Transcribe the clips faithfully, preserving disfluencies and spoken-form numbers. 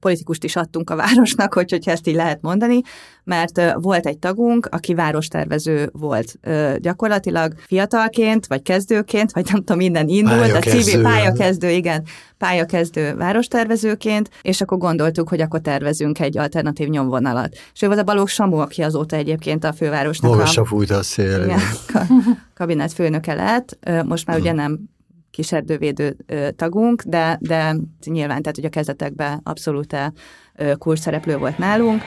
politikust is adtunk a városnak, hogy, hogyha ezt így lehet mondani, mert volt egy tagunk, aki várostervező volt. Gyakorlatilag fiatalként, vagy kezdőként, vagy nem tudom, minden indult, a civil pályakezdő, igen, pályakezdő várostervezőként, és akkor gondoltuk, hogy akkor tervezünk egy alternatív nyomvonalat. És ő volt a Balogh Samu, aki azóta egyébként a fővárosnak Magasra fújt a szél. Igen, kabinet főnöke lett. Most már ugye nem kísérővédő tagunk, de, de nyilván, tehát hogy a kezdetekben abszolút kulcsszereplő volt nálunk.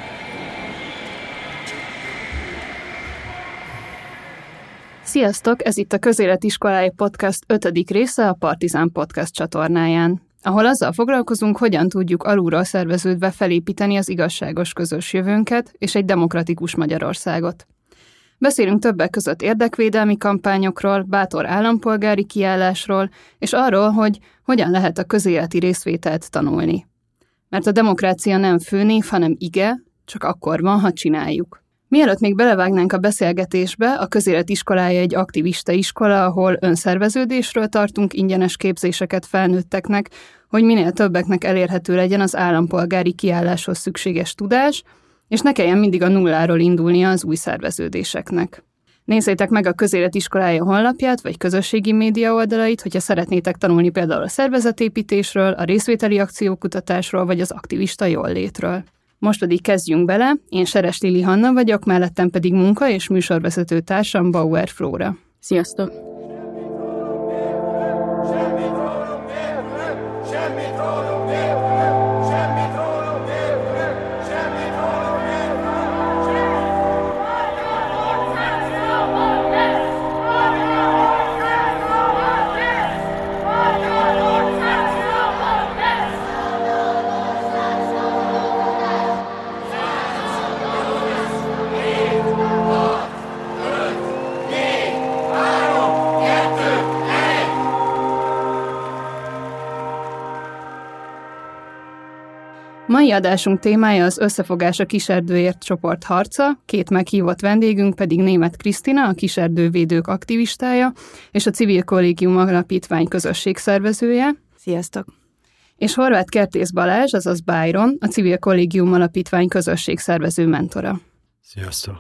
Sziasztok! Ez itt a Közéletiskolája Podcast ötödik része a Partizán Podcast csatornáján, ahol azzal foglalkozunk, hogyan tudjuk alulról szerveződve felépíteni az igazságos közös jövőnket és egy demokratikus Magyarországot. Beszélünk többek között érdekvédelmi kampányokról, bátor állampolgári kiállásról, és arról, hogy hogyan lehet a közéleti részvételt tanulni. Mert a demokrácia nem főnév, hanem ige, csak akkor van, ha csináljuk. Mielőtt még belevágnánk a beszélgetésbe, a Közéletiskolája egy aktivista iskola, ahol önszerveződésről tartunk ingyenes képzéseket felnőtteknek, hogy minél többeknek elérhető legyen az állampolgári kiálláshoz szükséges tudás, és ne kelljen mindig a nulláról indulnia az új szerveződéseknek. Nézzétek meg a Közéletiskolája honlapját, vagy közösségi média oldalait, hogyha szeretnétek tanulni például a szervezetépítésről, a részvételi akciókutatásról, vagy az aktivista jóllétről. Most pedig kezdjünk bele, én Seres Lili Hanna vagyok, mellettem pedig munka- és műsorvezető társam Bauer Flóra. Sziasztok! Mai adásunk témája az Összefogás a Kiserdőért csoport harca, két meghívott vendégünk pedig Németh Krisztina, a kiserdővédők aktivistája, és a Civil Kollégium Alapítvány közösségszervezője. Sziasztok! És Horváth Kertész Balázs, azaz Byron, a Civil Kollégium Alapítvány közösségszervező mentora. Sziasztok!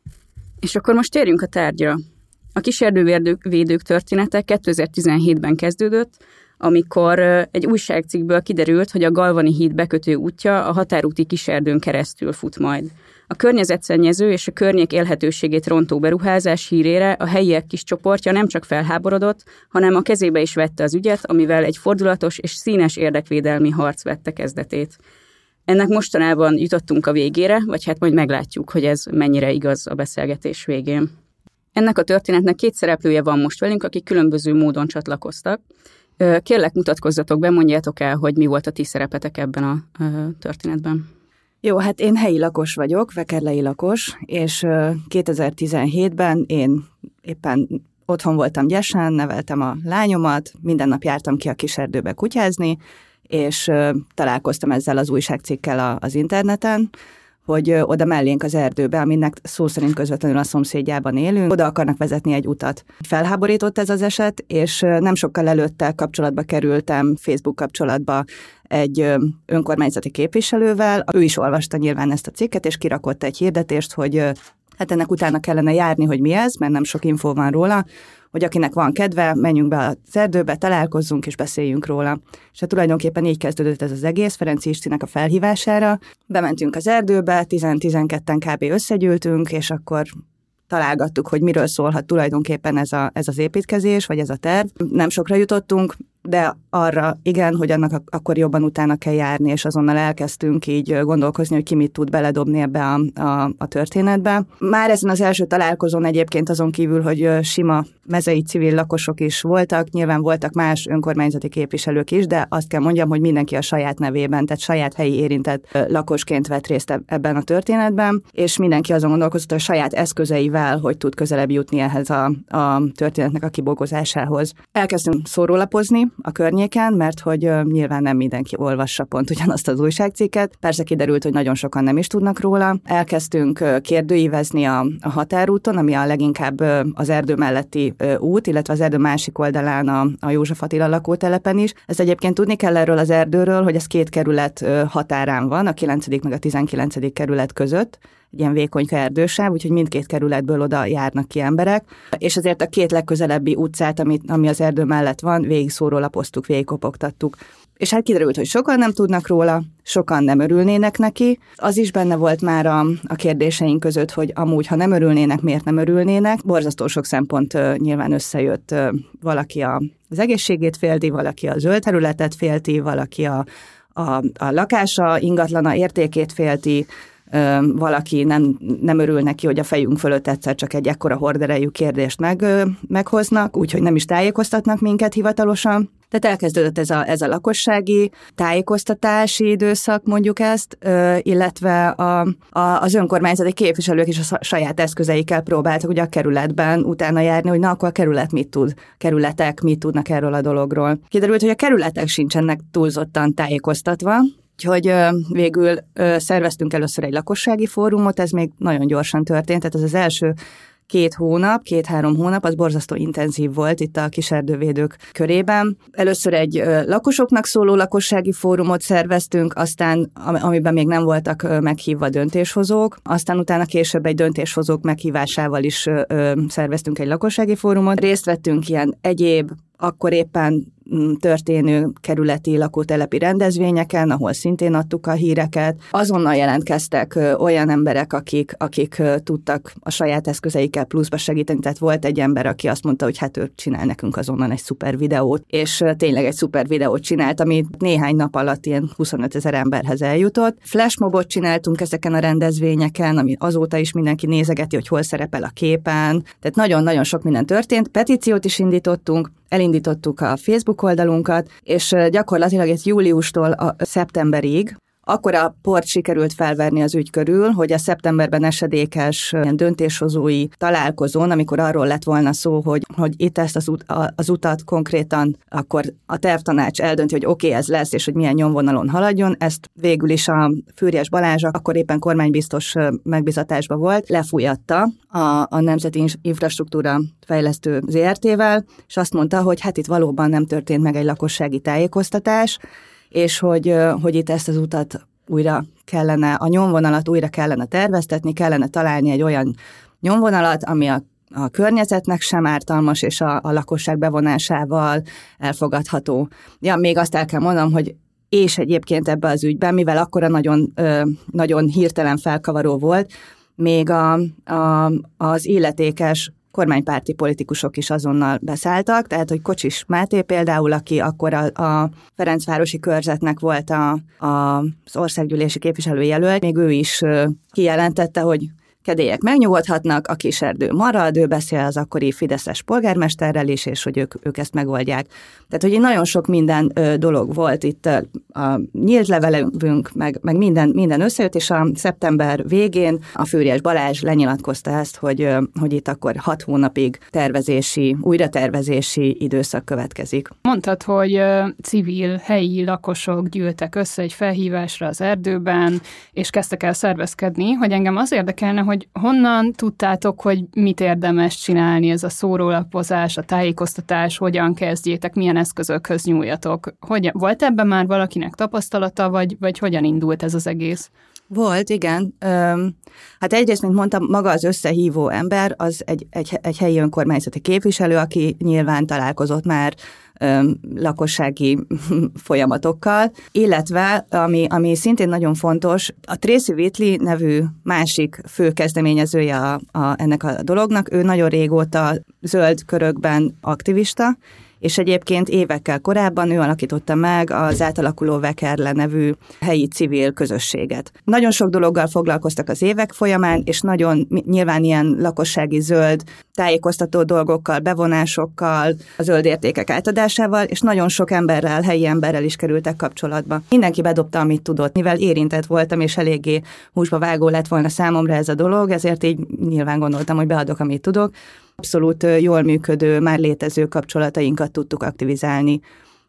És akkor most térjünk a tárgyra. A kiserdővédők története kétezer-tizenhétben kezdődött, amikor egy újságcikkből kiderült, hogy a Galvani híd bekötő útja a határúti Kiserdőn keresztül fut majd. A környezetszennyező és a környék élhetőségét rontó beruházás hírére a helyiek kis csoportja nem csak felháborodott, hanem a kezébe is vette az ügyet, amivel egy fordulatos és színes érdekvédelmi harc vette kezdetét. Ennek mostanában jutottunk a végére, vagy hát majd meglátjuk, hogy ez mennyire igaz a beszélgetés végén. Ennek a történetnek két szereplője van most velünk, akik különböző módon csatlakoztak. Kérlek, mutatkozzatok be, mondjátok el, hogy mi volt a ti szerepetek ebben a történetben. Jó, hát én helyi lakos vagyok, vekerlei lakos, és kétezer-tizenhétben én éppen otthon voltam Gyesen, neveltem a lányomat, minden nap jártam ki a Kiserdőbe kutyázni, és találkoztam ezzel az újságcikkel az interneten, hogy oda mellénk az erdőbe, aminek szó szerint közvetlenül a szomszédjában élünk, oda akarnak vezetni egy utat. Felháborított ez az eset, és nem sokkal előtte kapcsolatba kerültem, Facebook kapcsolatba egy önkormányzati képviselővel. Ő is olvasta nyilván ezt a cikket, és kirakott egy hirdetést, hogy hát ennek utána kellene járni, hogy mi ez, mert nem sok infó van róla, hogy akinek van kedve, menjünk be az erdőbe, találkozzunk és beszéljünk róla. És hát tulajdonképpen így kezdődött ez az egész, Ferenc Istinek a felhívására. Bementünk az erdőbe, tíz-tizenketten kb. Összegyűltünk, és akkor találgattuk, hogy miről szólhat tulajdonképpen ez, a, ez az építkezés, vagy ez a terv. Nem sokra jutottunk, de arra igen, hogy annak akkor jobban utána kell járni, és azonnal elkezdtünk így gondolkozni, hogy ki mit tud beledobni ebbe a, a, a történetbe. Már ezen az első találkozón egyébként azon kívül, hogy sima mezei civil lakosok is voltak, nyilván voltak más önkormányzati képviselők is, de azt kell mondjam, hogy mindenki a saját nevében, tehát saját helyi érintett lakosként vett részt ebben a történetben, és mindenki azon gondolkozott, hogy a saját eszközeivel hogy tud közelebb jutni ehhez a, a történetnek a kibogozásához. Elkezdtünk szórólapozni, a környéken, mert hogy nyilván nem mindenki olvassa pont ugyanazt az újságcikket. Persze kiderült, hogy nagyon sokan nem is tudnak róla. Elkezdtünk kérdőívezni a, a határúton, ami a leginkább az erdő melletti út, illetve az erdő másik oldalán a, a József Attila lakótelepen is. Ezt egyébként tudni kell erről az erdőről, hogy ez két kerület határán van, a kilencedik meg a tizenkilencedik kerület között, egy ilyen vékonyka erdősáv, úgyhogy mindkét kerületből oda járnak ki emberek, és azért a két legközelebbi utcát, ami, ami az erdő mellett van, végig szórólapoztuk, végig kopogtattuk. És hát kiderült, hogy sokan nem tudnak róla, sokan nem örülnének neki. Az is benne volt már a, a kérdéseink között, hogy amúgy, ha nem örülnének, miért nem örülnének. Borzasztó sok szempont uh, nyilván összejött. Uh, valaki a, az egészségét félti, valaki a zöld területet félti, valaki a, a, a lakása, ingatlana értékét félti, valaki nem, nem örül neki, hogy a fejünk fölött egyszer csak egy ekkora horderejű kérdést meg, meghoznak, úgyhogy nem is tájékoztatnak minket hivatalosan. Tehát elkezdődött ez a, ez a lakossági tájékoztatási időszak, mondjuk ezt, illetve a, a, az önkormányzati képviselők is a saját eszközeikkel próbáltak ugye a kerületben utána járni, hogy na akkor a kerület mit tud, kerületek mit tudnak erről a dologról. Kiderült, hogy a kerületek sincsenek túlzottan tájékoztatva, úgyhogy végül szerveztünk először egy lakossági fórumot, ez még nagyon gyorsan történt, tehát ez az első két hónap, két-három hónap, az borzasztó intenzív volt itt a kiserdővédők körében. Először egy lakosoknak szóló lakossági fórumot szerveztünk, aztán amiben még nem voltak meghívva döntéshozók, aztán utána később egy döntéshozók meghívásával is szerveztünk egy lakossági fórumot. Részt vettünk ilyen egyéb, akkor éppen történő kerületi lakótelepi rendezvényeken, ahol szintén adtuk a híreket. Azonnal jelentkeztek olyan emberek, akik, akik tudtak a saját eszközeikkel pluszba segíteni, tehát volt egy ember, aki azt mondta, hogy hát ő csinál nekünk azonnal egy szuper videót, és tényleg egy szuper videót csinált, ami néhány nap alatt ilyen huszonöt ezer emberhez eljutott. Flashmobot csináltunk ezeken a rendezvényeken, ami azóta is mindenki nézegeti, hogy hol szerepel a képen. Tehát nagyon-nagyon sok minden történt. Petíciót is indítottunk, elindítottuk a Facebook oldalunkat, és gyakorlatilag egy júliustól a szeptemberig akkor a port sikerült felverni az ügy körül, hogy a szeptemberben esedékes döntéshozói találkozón, amikor arról lett volna szó, hogy, hogy itt ezt az, ut, az utat konkrétan akkor a tervtanács eldönti, hogy oké, okay, ez lesz, és hogy milyen nyomvonalon haladjon, ezt végül is a Füriyes Balázs, akkor éppen kormánybiztos megbizatásban volt, lefújatta a, a Nemzeti Infrastruktúra Fejlesztő zé er té-vel, és azt mondta, hogy hát itt valóban nem történt meg egy lakossági tájékoztatás, és hogy, hogy itt ezt az utat újra kellene, a nyomvonalat újra kellene terveztetni, kellene találni egy olyan nyomvonalat, ami a, a környezetnek sem ártalmas, és a, a lakosság bevonásával elfogadható. Ja, még azt el kell mondanom, hogy és egyébként ebbe az ügyben, mivel akkora nagyon, ö, nagyon hirtelen felkavaró volt, még a, a, az illetékes kormánypárti politikusok is azonnal beszálltak, tehát, hogy Kocsis Máté például, aki akkor a, a Ferencvárosi körzetnek volt a, a, az országgyűlési képviselőjelölt, még ő is kijelentette, hogy kedélyek megnyugodhatnak, a Kiserdő marad, ő beszél az akkori fideszes polgármesterrel is, és hogy ők, ők ezt megoldják. Tehát, hogy nagyon sok minden ö, dolog volt itt, a nyílt levelünk, meg, meg minden, minden összejött, és a szeptember végén a Füriyes Balázs lenyilatkozta ezt, hogy, ö, hogy itt akkor hat hónapig tervezési, újratervezési időszak következik. Mondtad, hogy ö, civil, helyi lakosok gyűltek össze egy felhívásra az erdőben, és kezdtek el szervezkedni, hogy engem az érdekelne, hogy honnan tudtátok, hogy mit érdemes csinálni, ez a szórólapozás, a tájékoztatás, hogyan kezdjétek, milyen eszközökhöz nyúljatok. Hogy, volt ebben már valakinek tapasztalata, vagy, vagy hogyan indult ez az egész? Volt, igen. Öm, hát egyrészt, mint mondtam, maga az összehívó ember, az egy, egy, egy helyi önkormányzati képviselő, aki nyilván találkozott már öm, lakossági folyamatokkal, illetve, ami, ami szintén nagyon fontos, a Tracy Whitley nevű másik fő kezdeményezője a, a, ennek a dolognak, ő nagyon régóta zöld körökben aktivista, és egyébként évekkel korábban ő alakította meg az átalakuló Vekerle nevű helyi civil közösséget. Nagyon sok dologgal foglalkoztak az évek folyamán, és nagyon nyilván ilyen lakossági zöld tájékoztató dolgokkal, bevonásokkal, a zöld értékek átadásával, és nagyon sok emberrel, helyi emberrel is kerültek kapcsolatba. Mindenki bedobta, amit tudott. Mivel érintett voltam, és eléggé húsba vágó lett volna számomra ez a dolog, ezért így nyilván gondoltam, hogy beadok, amit tudok. Abszolút jól működő, már létező kapcsolatainkat tudtuk aktivizálni.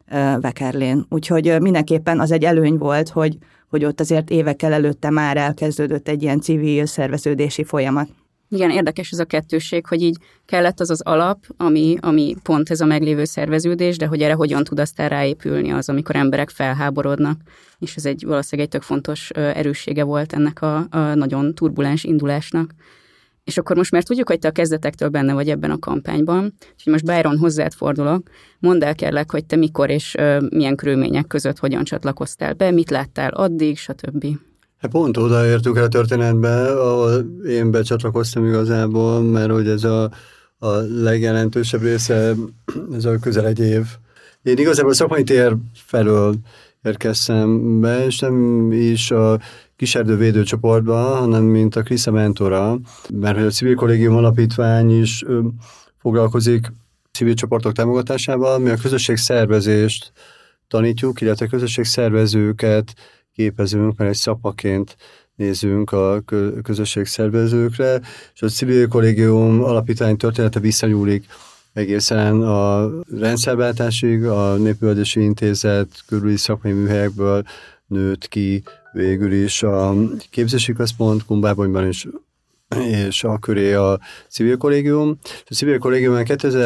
Vekerlén. Úgyhogy mindenképpen az egy előny volt, hogy, hogy ott azért évekkel előtte már elkezdődött egy ilyen civil szerveződési folyamat. Igen, érdekes ez a kettősség, hogy így kellett az az alap, ami, ami pont ez a meglévő szerveződés, de hogy erre hogyan tud aztán ráépülni az, amikor emberek felháborodnak. És ez egy valószínűleg egy tök fontos erőssége volt ennek a, a nagyon turbulens indulásnak. És akkor most már tudjuk, hogy te a kezdetektől benne vagy ebben a kampányban, úgyhogy most Byron, hozzád fordulok. Mondd el kérlek, hogy te mikor és uh, milyen körülmények között hogyan csatlakoztál be, mit láttál addig, stb. Hát pont odaértünk el a történetbe, ahol én becsatlakoztam igazából, mert hogy ez a, a legjelentősebb része, ez a közel egy év. Én igazából a szakmai tér felől érkeztem be, és nem is a Kiserdő védőcsoportba, hanem mint a Krisza mentora, mert hogy a Civil Kollégium Alapítvány is ö, foglalkozik civil csoportok támogatásával, mi a közösségszervezést tanítjuk, illetve közösségszervezőket képezünk, mert egy szakmaként nézünk a közösségszervezőkre, és a Civil Kollégium Alapítvány története visszanyúlik egészen a rendszerváltásig, a Népművelési Intézet körüli szakmai műhelyekből nőtt ki végül is a képzési központ Kumbábonyban is, és a köré a Civil Kollégium. A Civil Kollégium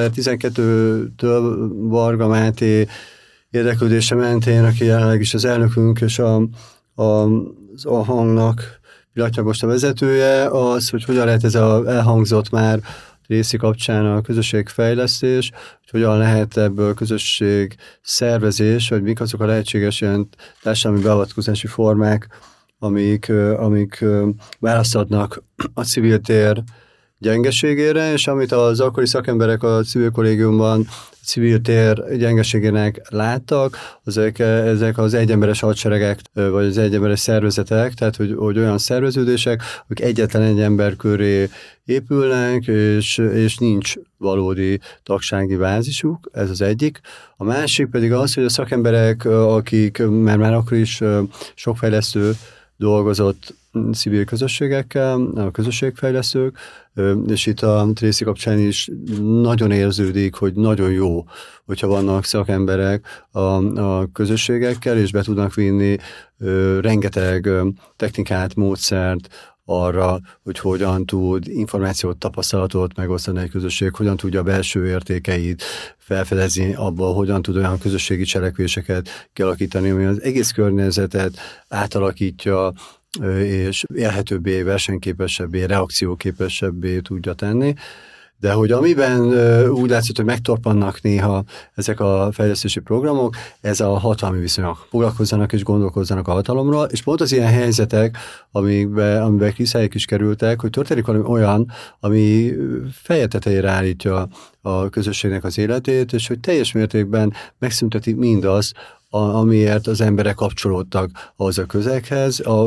kétezer-tizenkettőtől Varga Máté érdeklődése mentén, aki jelenleg is az elnökünk és a, a, az a hangnak pillanatnyilag most a vezetője, az, hogy hogyan lehet ez a, elhangzott már részi kapcsán a közösségfejlesztés, hogy hogyan lehet ebből közösség szervezés, vagy mik azok a lehetséges ilyen társadalmi beavatkozási formák, amik, amik választhatnak a civil tér gyengeségére, és amit az akkori szakemberek a Civil Kollégiumban a civil tér gyengeségének láttak, ezek, ezek az egyemberes hadseregek, vagy az egyemberes szervezetek, tehát hogy, hogy olyan szerveződések, amik egyetlen egy ember köré épülnek, és, és nincs valódi tagsági bázisuk, ez az egyik. A másik pedig az, hogy a szakemberek, akik, mert már akkor is sok fejlesztő dolgozott civil közösségekkel, a közösségfejlesztők, és itt a Tracy kapcsán is nagyon érződik, hogy nagyon jó, hogyha vannak szakemberek a, a közösségekkel, és be tudnak vinni ö, rengeteg technikát, módszert arra, hogy hogyan tud információt, tapasztalatot megosztani egy közösség, hogyan tudja a belső értékeit felfedezni abból, hogyan tud olyan közösségi cselekvéseket kialakítani, ami az egész környezetet átalakítja, és élhetőbbé, versenyképesebbé, reakcióképesebbé tudja tenni. De hogy amiben úgy látszott, hogy megtorpannak néha ezek a fejlesztési programok, ez a hatalmi viszonyok. Foglalkozzanak és gondolkozzanak a hatalomról, és pont az ilyen helyzetek, amikbe, amiben Kriszáék is kerültek, hogy történik valami olyan, ami feje tetejére állítja a közösségnek az életét, és hogy teljes mértékben megszüntetik mindazt, A, amiért az emberek kapcsolódtak ahhoz a közeghez, a,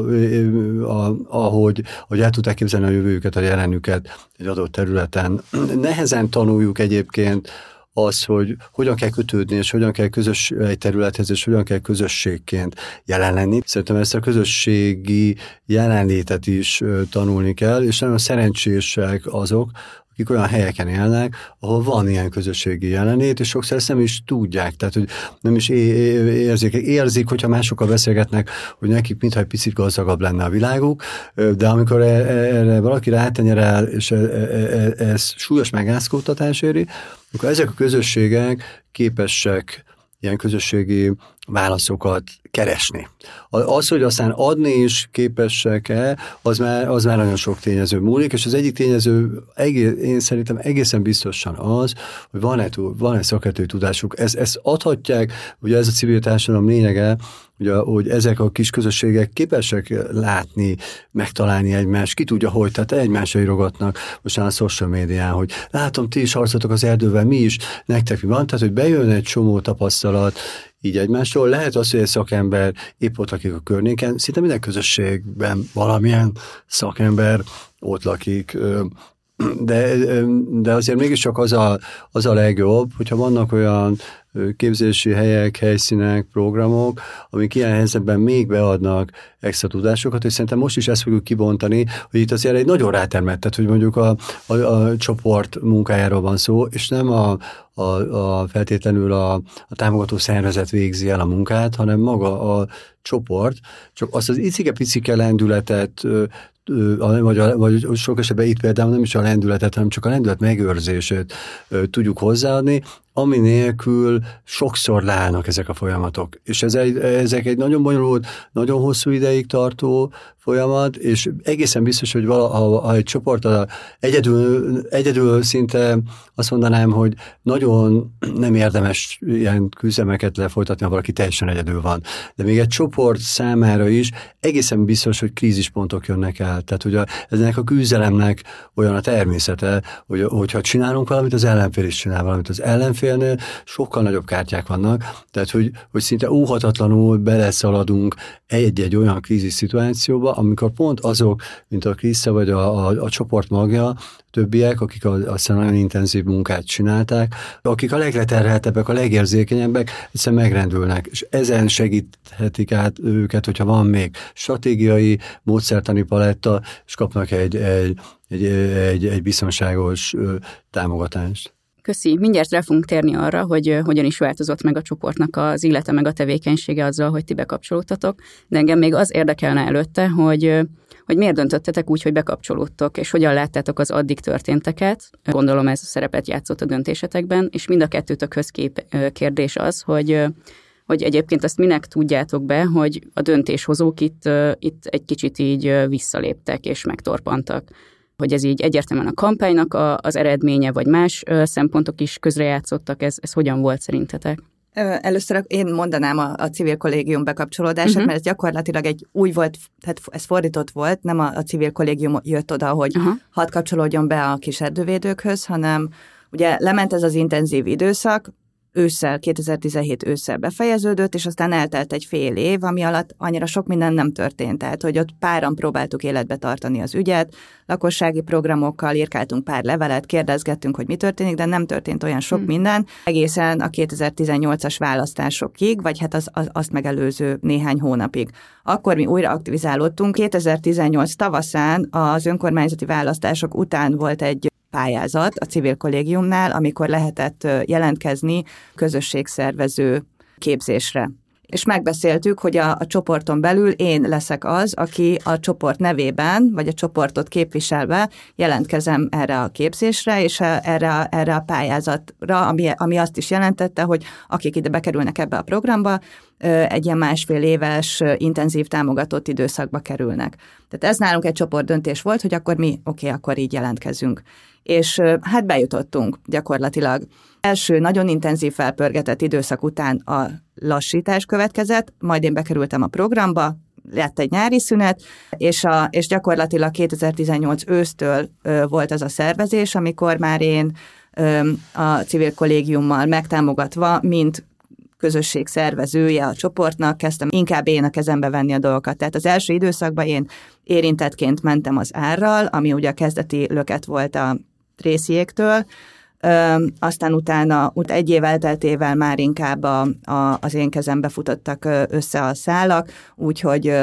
a, ahogy, ahogy el tudták képzelni a jövőjüket, a jelenüket egy adott területen. Nehezen tanuljuk egyébként az, hogy hogyan kell kötődni, és hogyan kell közös egy területhez, és hogyan kell közösségként jelen lenni. Szerintem ezt a közösségi jelenlétet is tanulni kell, és nagyon szerencsések azok, akik olyan helyeken élnek, ahol van ilyen közösségi jelenlét, és sokszor ezt nem is tudják, tehát hogy nem is érzik, érzik, hogyha másokkal beszélgetnek, hogy nekik mintha egy picit gazdagabb lenne a világuk, de amikor erre valaki rátenyerel, és ez súlyos megrázkódtatás éri, akkor ezek a közösségek képesek ilyen közösségi válaszokat keresni. Az, hogy aztán adni is képesek-e, az már, az már nagyon sok tényező múlik, és az egyik tényező egész, én szerintem egészen biztosan az, hogy van-e, van-e szakértői tudásuk. Ez, ezt adhatják, ugye ez a civil társadalom lényege, ugye, hogy ezek a kis közösségek képesek látni, megtalálni egymást, ki tudja, hogy, tehát egymásra írogatnak most már a social médián, hogy látom, ti is harcoltok az erdővel, mi is, nektek mi van, tehát hogy bejön egy csomó tapasztalat, így egymástól. Lehet az, hogy egy szakember épp ott lakik a környéken, szinte minden közösségben valamilyen szakember ott lakik, de, de azért mégiscsak az a, az a legjobb, hogyha vannak olyan képzési helyek, helyszínek, programok, amik ilyen helyzetben még beadnak extra tudásokat, és szerintem most is ezt fogjuk kibontani, hogy itt azért egy nagyon rátermett, tehát hogy mondjuk a, a, a csoport munkájáról van szó, és nem a, a, a feltétlenül a, a támogató szervezet végzi el a munkát, hanem maga a csoport, csak azt az icike-picike lendületet, vagy, a, vagy sok esetben itt például nem is a lendületet, hanem csak a lendület megőrzését tudjuk hozzáadni, ami nélkül sokszor leállnak ezek a folyamatok. És ez egy, ezek egy nagyon bonyolult, nagyon hosszú ideig tartó folyamat, és egészen biztos, hogy vala, ha, ha egy csoport a, egyedül, egyedül szinte azt mondanám, hogy nagyon nem érdemes ilyen küzdelmeket lefolytatni, ha valaki teljesen egyedül van. De még egy csoport számára is egészen biztos, hogy krízispontok jönnek el. Tehát, hogy a, ennek a küzdelemnek olyan a természete, hogy, hogyha csinálunk valamit, az ellenfél is csinál valamit. Az ellenfélnél sokkal nagyobb kártyák vannak, tehát, hogy, hogy szinte óhatatlanul beleszaladunk egy-egy olyan krízis szituációba, amikor pont azok, mint a Krista vagy a, a, a csoport magja, többiek, akik aztán nagyon intenzív munkát csinálták, akik a legleterheltebbek, a legérzékenyebbek, egyszerűen megrendülnek, és ezen segíthetik át őket, hogyha van még stratégiai, módszertani paletta, és kapnak egy, egy, egy, egy, egy biztonságos támogatást. Köszi. Mindjárt rá fogunk térni arra, hogy hogyan is változott meg a csoportnak az illete, meg a tevékenysége azzal, hogy ti bekapcsolódtatok. De engem még az érdekelne előtte, hogy, hogy miért döntöttetek úgy, hogy bekapcsolódtok, és hogyan láttátok az addig történteket. Gondolom ez a szerepet játszott a döntésetekben, és mind a kettőtökhöz kép kérdés az, hogy, hogy egyébként azt minek tudjátok be, hogy a döntéshozók itt, itt egy kicsit így visszaléptek és megtorpantak. Hogy ez így egyértelműen a kampánynak a, az eredménye, vagy más ö, szempontok is közrejátszottak, ez, ez hogyan volt szerintetek? Először én mondanám a, a civil kollégium bekapcsolódását, uh-huh. mert ez gyakorlatilag egy új volt, tehát ez fordított volt, nem a, a civil kollégium jött oda, hogy uh-huh. hadd kapcsolódjon be a kiserdővédőkhöz, hanem ugye lement ez az intenzív időszak, ősszel, kétezer-tizenhét ősszel befejeződött, és aztán eltelt egy fél év, ami alatt annyira sok minden nem történt. Tehát, hogy ott páran próbáltuk életbe tartani az ügyet, lakossági programokkal írkáltunk pár levelet, kérdezgettünk, hogy mi történik, de nem történt olyan sok hmm. minden. Egészen a kétezer-tizennyolcas választásokig, vagy hát az, az, azt megelőző néhány hónapig. Akkor mi újra aktivizálódtunk. kétezer-tizennyolc tavaszán az önkormányzati választások után volt egy pályázat a civil kollégiumnál, amikor lehetett jelentkezni közösségszervező képzésre. És megbeszéltük, hogy a, a csoporton belül én leszek az, aki a csoport nevében, vagy a csoportot képviselve jelentkezem erre a képzésre, és erre, erre a pályázatra, ami, ami azt is jelentette, hogy akik ide bekerülnek ebbe a programba, egy ilyen másfél éves intenzív támogatott időszakba kerülnek. Tehát ez nálunk egy csoportdöntés volt, hogy akkor mi, oké, okay, akkor így jelentkezünk. És hát bejutottunk gyakorlatilag. Első nagyon intenzív felpörgetett időszak után a lassítás következett, majd én bekerültem a programba, lett egy nyári szünet, és, a, és gyakorlatilag kétezer-tizennyolc ősztől ö, volt az a szervezés, amikor már én ö, a civil kollégiummal megtámogatva, mint közösség szervezője a csoportnak, kezdtem inkább én a kezembe venni a dolgokat. Tehát az első időszakban én érintettként mentem az árral, ami ugye a kezdeti löket volt a Tracyéktől, Ö, aztán utána, ut- egy év elteltével már inkább a, a, az én kezembe futottak össze a szálak, úgyhogy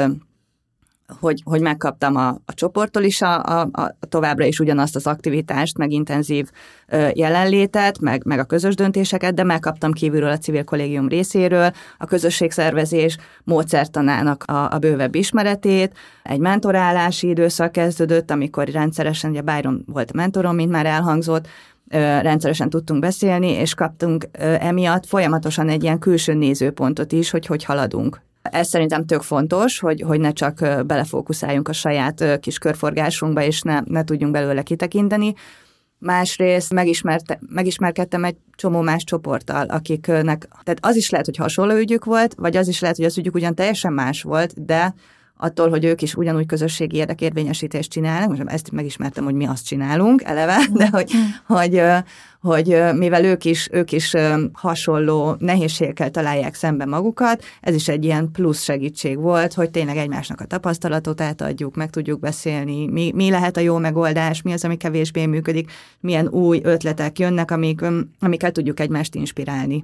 hogy, hogy megkaptam a, a csoporttól is a, a, a továbbra is ugyanazt az aktivitást, meg intenzív ö, jelenlétet, meg, meg a közös döntéseket, de megkaptam kívülről a civil kollégium részéről a közösségszervezés módszertanának a, a bővebb ismeretét. Egy mentorálási időszak kezdődött, amikor rendszeresen, ugye Byron volt a mentorom, mint már elhangzott, rendszeresen tudtunk beszélni, és kaptunk emiatt folyamatosan egy ilyen külső nézőpontot is, hogy hogy haladunk. Ez szerintem tök fontos, hogy, hogy ne csak belefókuszáljunk a saját kis körforgásunkba, és ne, ne tudjunk belőle kitekinteni. Másrészt megismerte, megismerkedtem egy csomó más csoporttal, akiknek, tehát az is lehet, hogy hasonló ügyük volt, vagy az is lehet, hogy az ügyük ugyan teljesen más volt, de attól, hogy ők is ugyanúgy közösségi érdekérvényesítést csinálnak, most ezt megismertem, hogy mi azt csinálunk eleve, de hogy, hogy, hogy mivel ők is, ők is hasonló nehézségekkel találják szembe magukat, ez is egy ilyen plusz segítség volt, hogy tényleg egymásnak a tapasztalatot átadjuk, meg tudjuk beszélni, mi, mi lehet a jó megoldás, mi az, ami kevésbé működik, milyen új ötletek jönnek, amik, amiket tudjuk egymást inspirálni.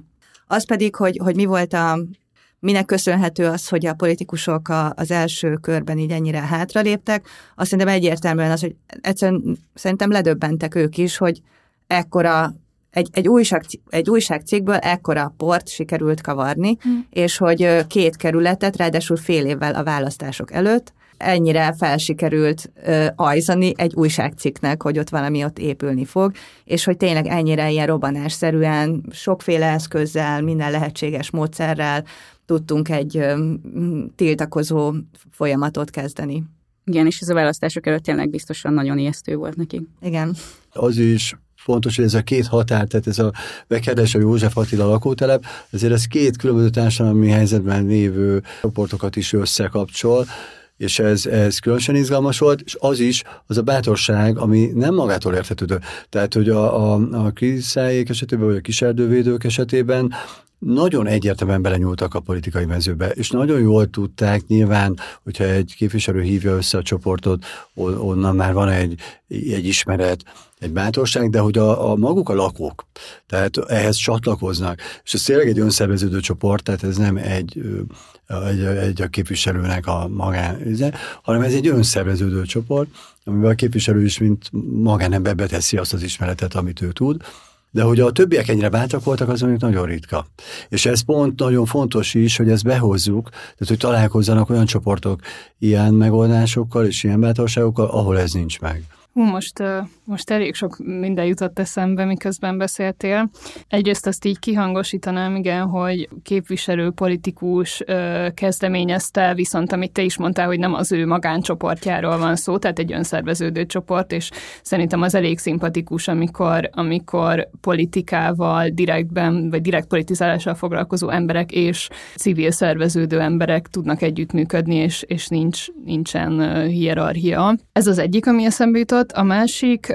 Az pedig, hogy, hogy mi volt a, minek köszönhető az, hogy a politikusok a, az első körben így ennyire hátraléptek, azt szerintem egyértelműen az, hogy egyszerűen szerintem ledöbbentek ők is, hogy ekkora Egy, egy, újság, egy újságcikkből ekkora port sikerült kavarni, hmm. és hogy két kerületet, ráadásul fél évvel a választások előtt ennyire felsikerült ö, ajzani egy újságcikknek, hogy ott valami ott épülni fog, és hogy tényleg ennyire ilyen robbanásszerűen, sokféle eszközzel, minden lehetséges módszerrel tudtunk egy ö, tiltakozó folyamatot kezdeni. Igen, és ez a választások előtt tényleg biztosan nagyon ijesztő volt neki. Igen. Az is fontos, hogy ez a két határ, tehát ez a Vekerles, a József Attila lakótelep, ezért ez két különböző társadalmi helyzetben lévő csoportokat is összekapcsol, és ez, ez különösen izgalmas volt, és az is, az a bátorság, ami nem magától értetődő. Tehát, hogy a, a, a kriszájék esetében, vagy a kiserdővédők esetében nagyon egyértelműen belenyúltak a politikai mezőbe, és nagyon jól tudták nyilván, hogyha egy képviselő hívja össze a csoportot, onnan már van egy, egy ismeret, egy bátorság, de hogy a, a maguk a lakók, tehát ehhez csatlakoznak, és ez tényleg egy önszerveződő csoport, tehát ez nem egy, egy, egy a képviselőnek a magán, hanem ez egy önszerveződő csoport, amiben a képviselő is mint magánember beteszi azt az ismeretet, amit ő tud, de hogy a többiek ennyire bátrak voltak, az mondjuk nagyon ritka. És ez pont nagyon fontos is, hogy ezt behozzuk, tehát hogy találkozzanak olyan csoportok ilyen megoldásokkal és ilyen bátorságokkal, ahol ez nincs meg. Hú, most, most elég sok minden jutott eszembe, miközben beszéltél. Egyrészt azt így kihangosítanám, igen, hogy képviselő, politikus kezdeményezte, viszont amit te is mondtál, hogy nem az ő magáncsoportjáról van szó, tehát egy önszerveződő csoport, és szerintem az elég szimpatikus, amikor, amikor politikával, direktben, vagy direkt politizálással foglalkozó emberek és civil szerveződő emberek tudnak együttműködni, és, és nincs, nincsen hierarchia. Ez az egyik, ami eszembe jutott. A másik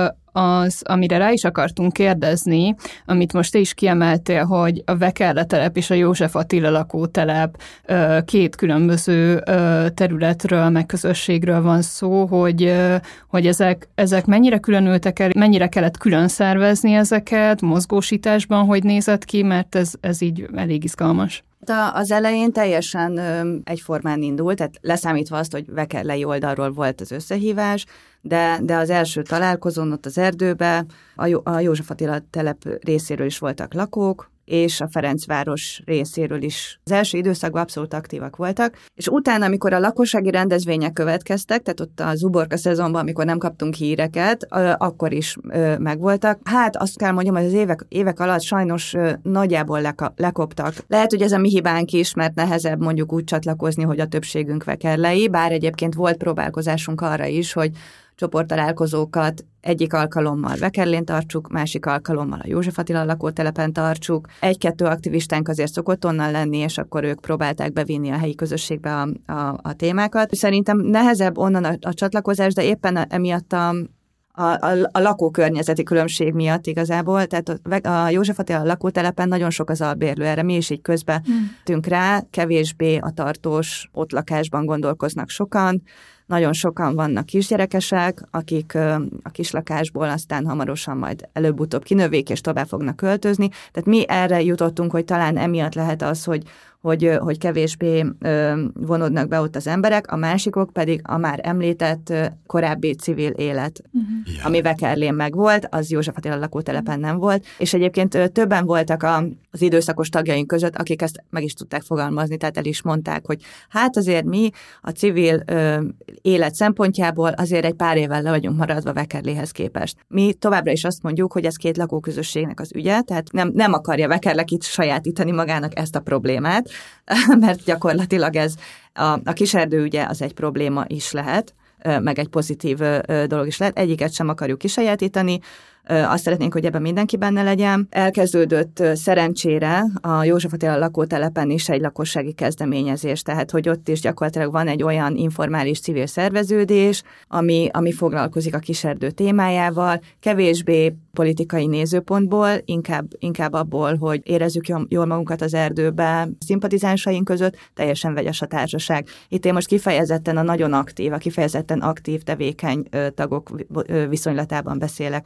az, amire rá is akartunk kérdezni, amit most te is kiemeltél, hogy a Vekerle telep és a József Attila lakótelep két különböző területről, meg közösségről van szó, hogy, hogy ezek, ezek mennyire különültek el, mennyire kellett külön szervezni ezeket, mozgósításban hogy nézett ki, mert ez, ez így elég izgalmas. Az elején teljesen egyformán indult, tehát leszámítva azt, hogy Vekerlei oldalról volt az összehívás, de, de az első találkozón ott az erdőbe a, Jó, a József Attila telep részéről is voltak lakók, és a Ferencváros részéről is. Az első időszakban abszolút aktívak voltak, és utána, amikor a lakossági rendezvények következtek, tehát ott az uborka szezonban, amikor nem kaptunk híreket, akkor is megvoltak. Hát azt kell mondjam, hogy az évek, évek alatt sajnos nagyjából leka, lekoptak. Lehet, hogy ez a mi hibánk is, mert nehezebb mondjuk úgy csatlakozni, hogy a többségünk vekerlei, bár egyébként volt próbálkozásunk arra is, hogy csoporttalálkozókat egyik alkalommal Vekerlén tartsuk, másik alkalommal a József Attila lakótelepen tartsuk. Egy-kettő aktivistánk azért szokott onnan lenni, és akkor ők próbálták bevinni a helyi közösségbe a, a, a témákat. Szerintem nehezebb onnan a, a csatlakozás, de éppen emiatt a A, a, a lakókörnyezeti különbség miatt igazából, tehát a, a József Attila lakótelepen nagyon sok az albérlő, erre mi is így közben hmm. tűnk rá, kevésbé a tartós ott lakásban gondolkoznak sokan, nagyon sokan vannak kisgyerekesek, akik a kislakásból aztán hamarosan majd előbb-utóbb kinövik és tovább fognak költözni, tehát mi erre jutottunk, hogy talán emiatt lehet az, hogy hogy, hogy kevésbé vonódnak be ott az emberek, a másikok pedig a már említett korábbi civil élet, uh-huh. yeah. ami Vekerlén meg volt, az József Attila lakótelepen nem volt, és egyébként többen voltak a, az időszakos tagjaink között, akik ezt meg is tudták fogalmazni, tehát el is mondták, hogy hát azért mi a civil ö, élet szempontjából azért egy pár évvel le vagyunk maradva Vekerléhez képest. Mi továbbra is azt mondjuk, hogy ez két lakóközösségnek az ügye, tehát nem, nem akarja Vekerle itt sajátítani magának ezt a problémát, mert gyakorlatilag ez a, a kiserdő ügye az egy probléma is lehet, meg egy pozitív dolog is lehet. Egyiket sem akarjuk kisajátítani, azt szeretnénk, hogy ebben mindenki benne legyen. Elkezdődött szerencsére a József Attila lakótelepen is egy lakossági kezdeményezés, tehát hogy ott is gyakorlatilag van egy olyan informális civil szerveződés, ami, ami foglalkozik a kiserdő témájával, kevésbé politikai nézőpontból, inkább, inkább abból, hogy érezzük jól magunkat az erdőbe, szimpatizánsaink között, teljesen vegyes a társaság. Itt én most kifejezetten a nagyon aktív, a kifejezetten aktív, tevékeny tagok viszonylatában beszélek, azok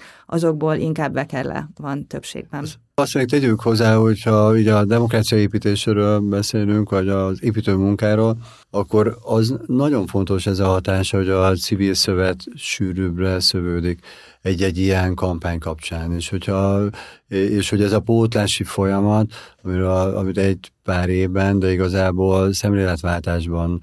azokból inkább Vekerle van többségben. Azt még tegyük hozzá, hogyha így a demokrácia építésről beszélünk, vagy az építőmunkáról, akkor az nagyon fontos ez a hatása, hogy a civil szövet sűrűbbre szövődik egy-egy ilyen kampány kapcsán, és, hogyha, és hogy ez a pótlási folyamat, amiről, amit egy pár évben, de igazából szemléletváltásban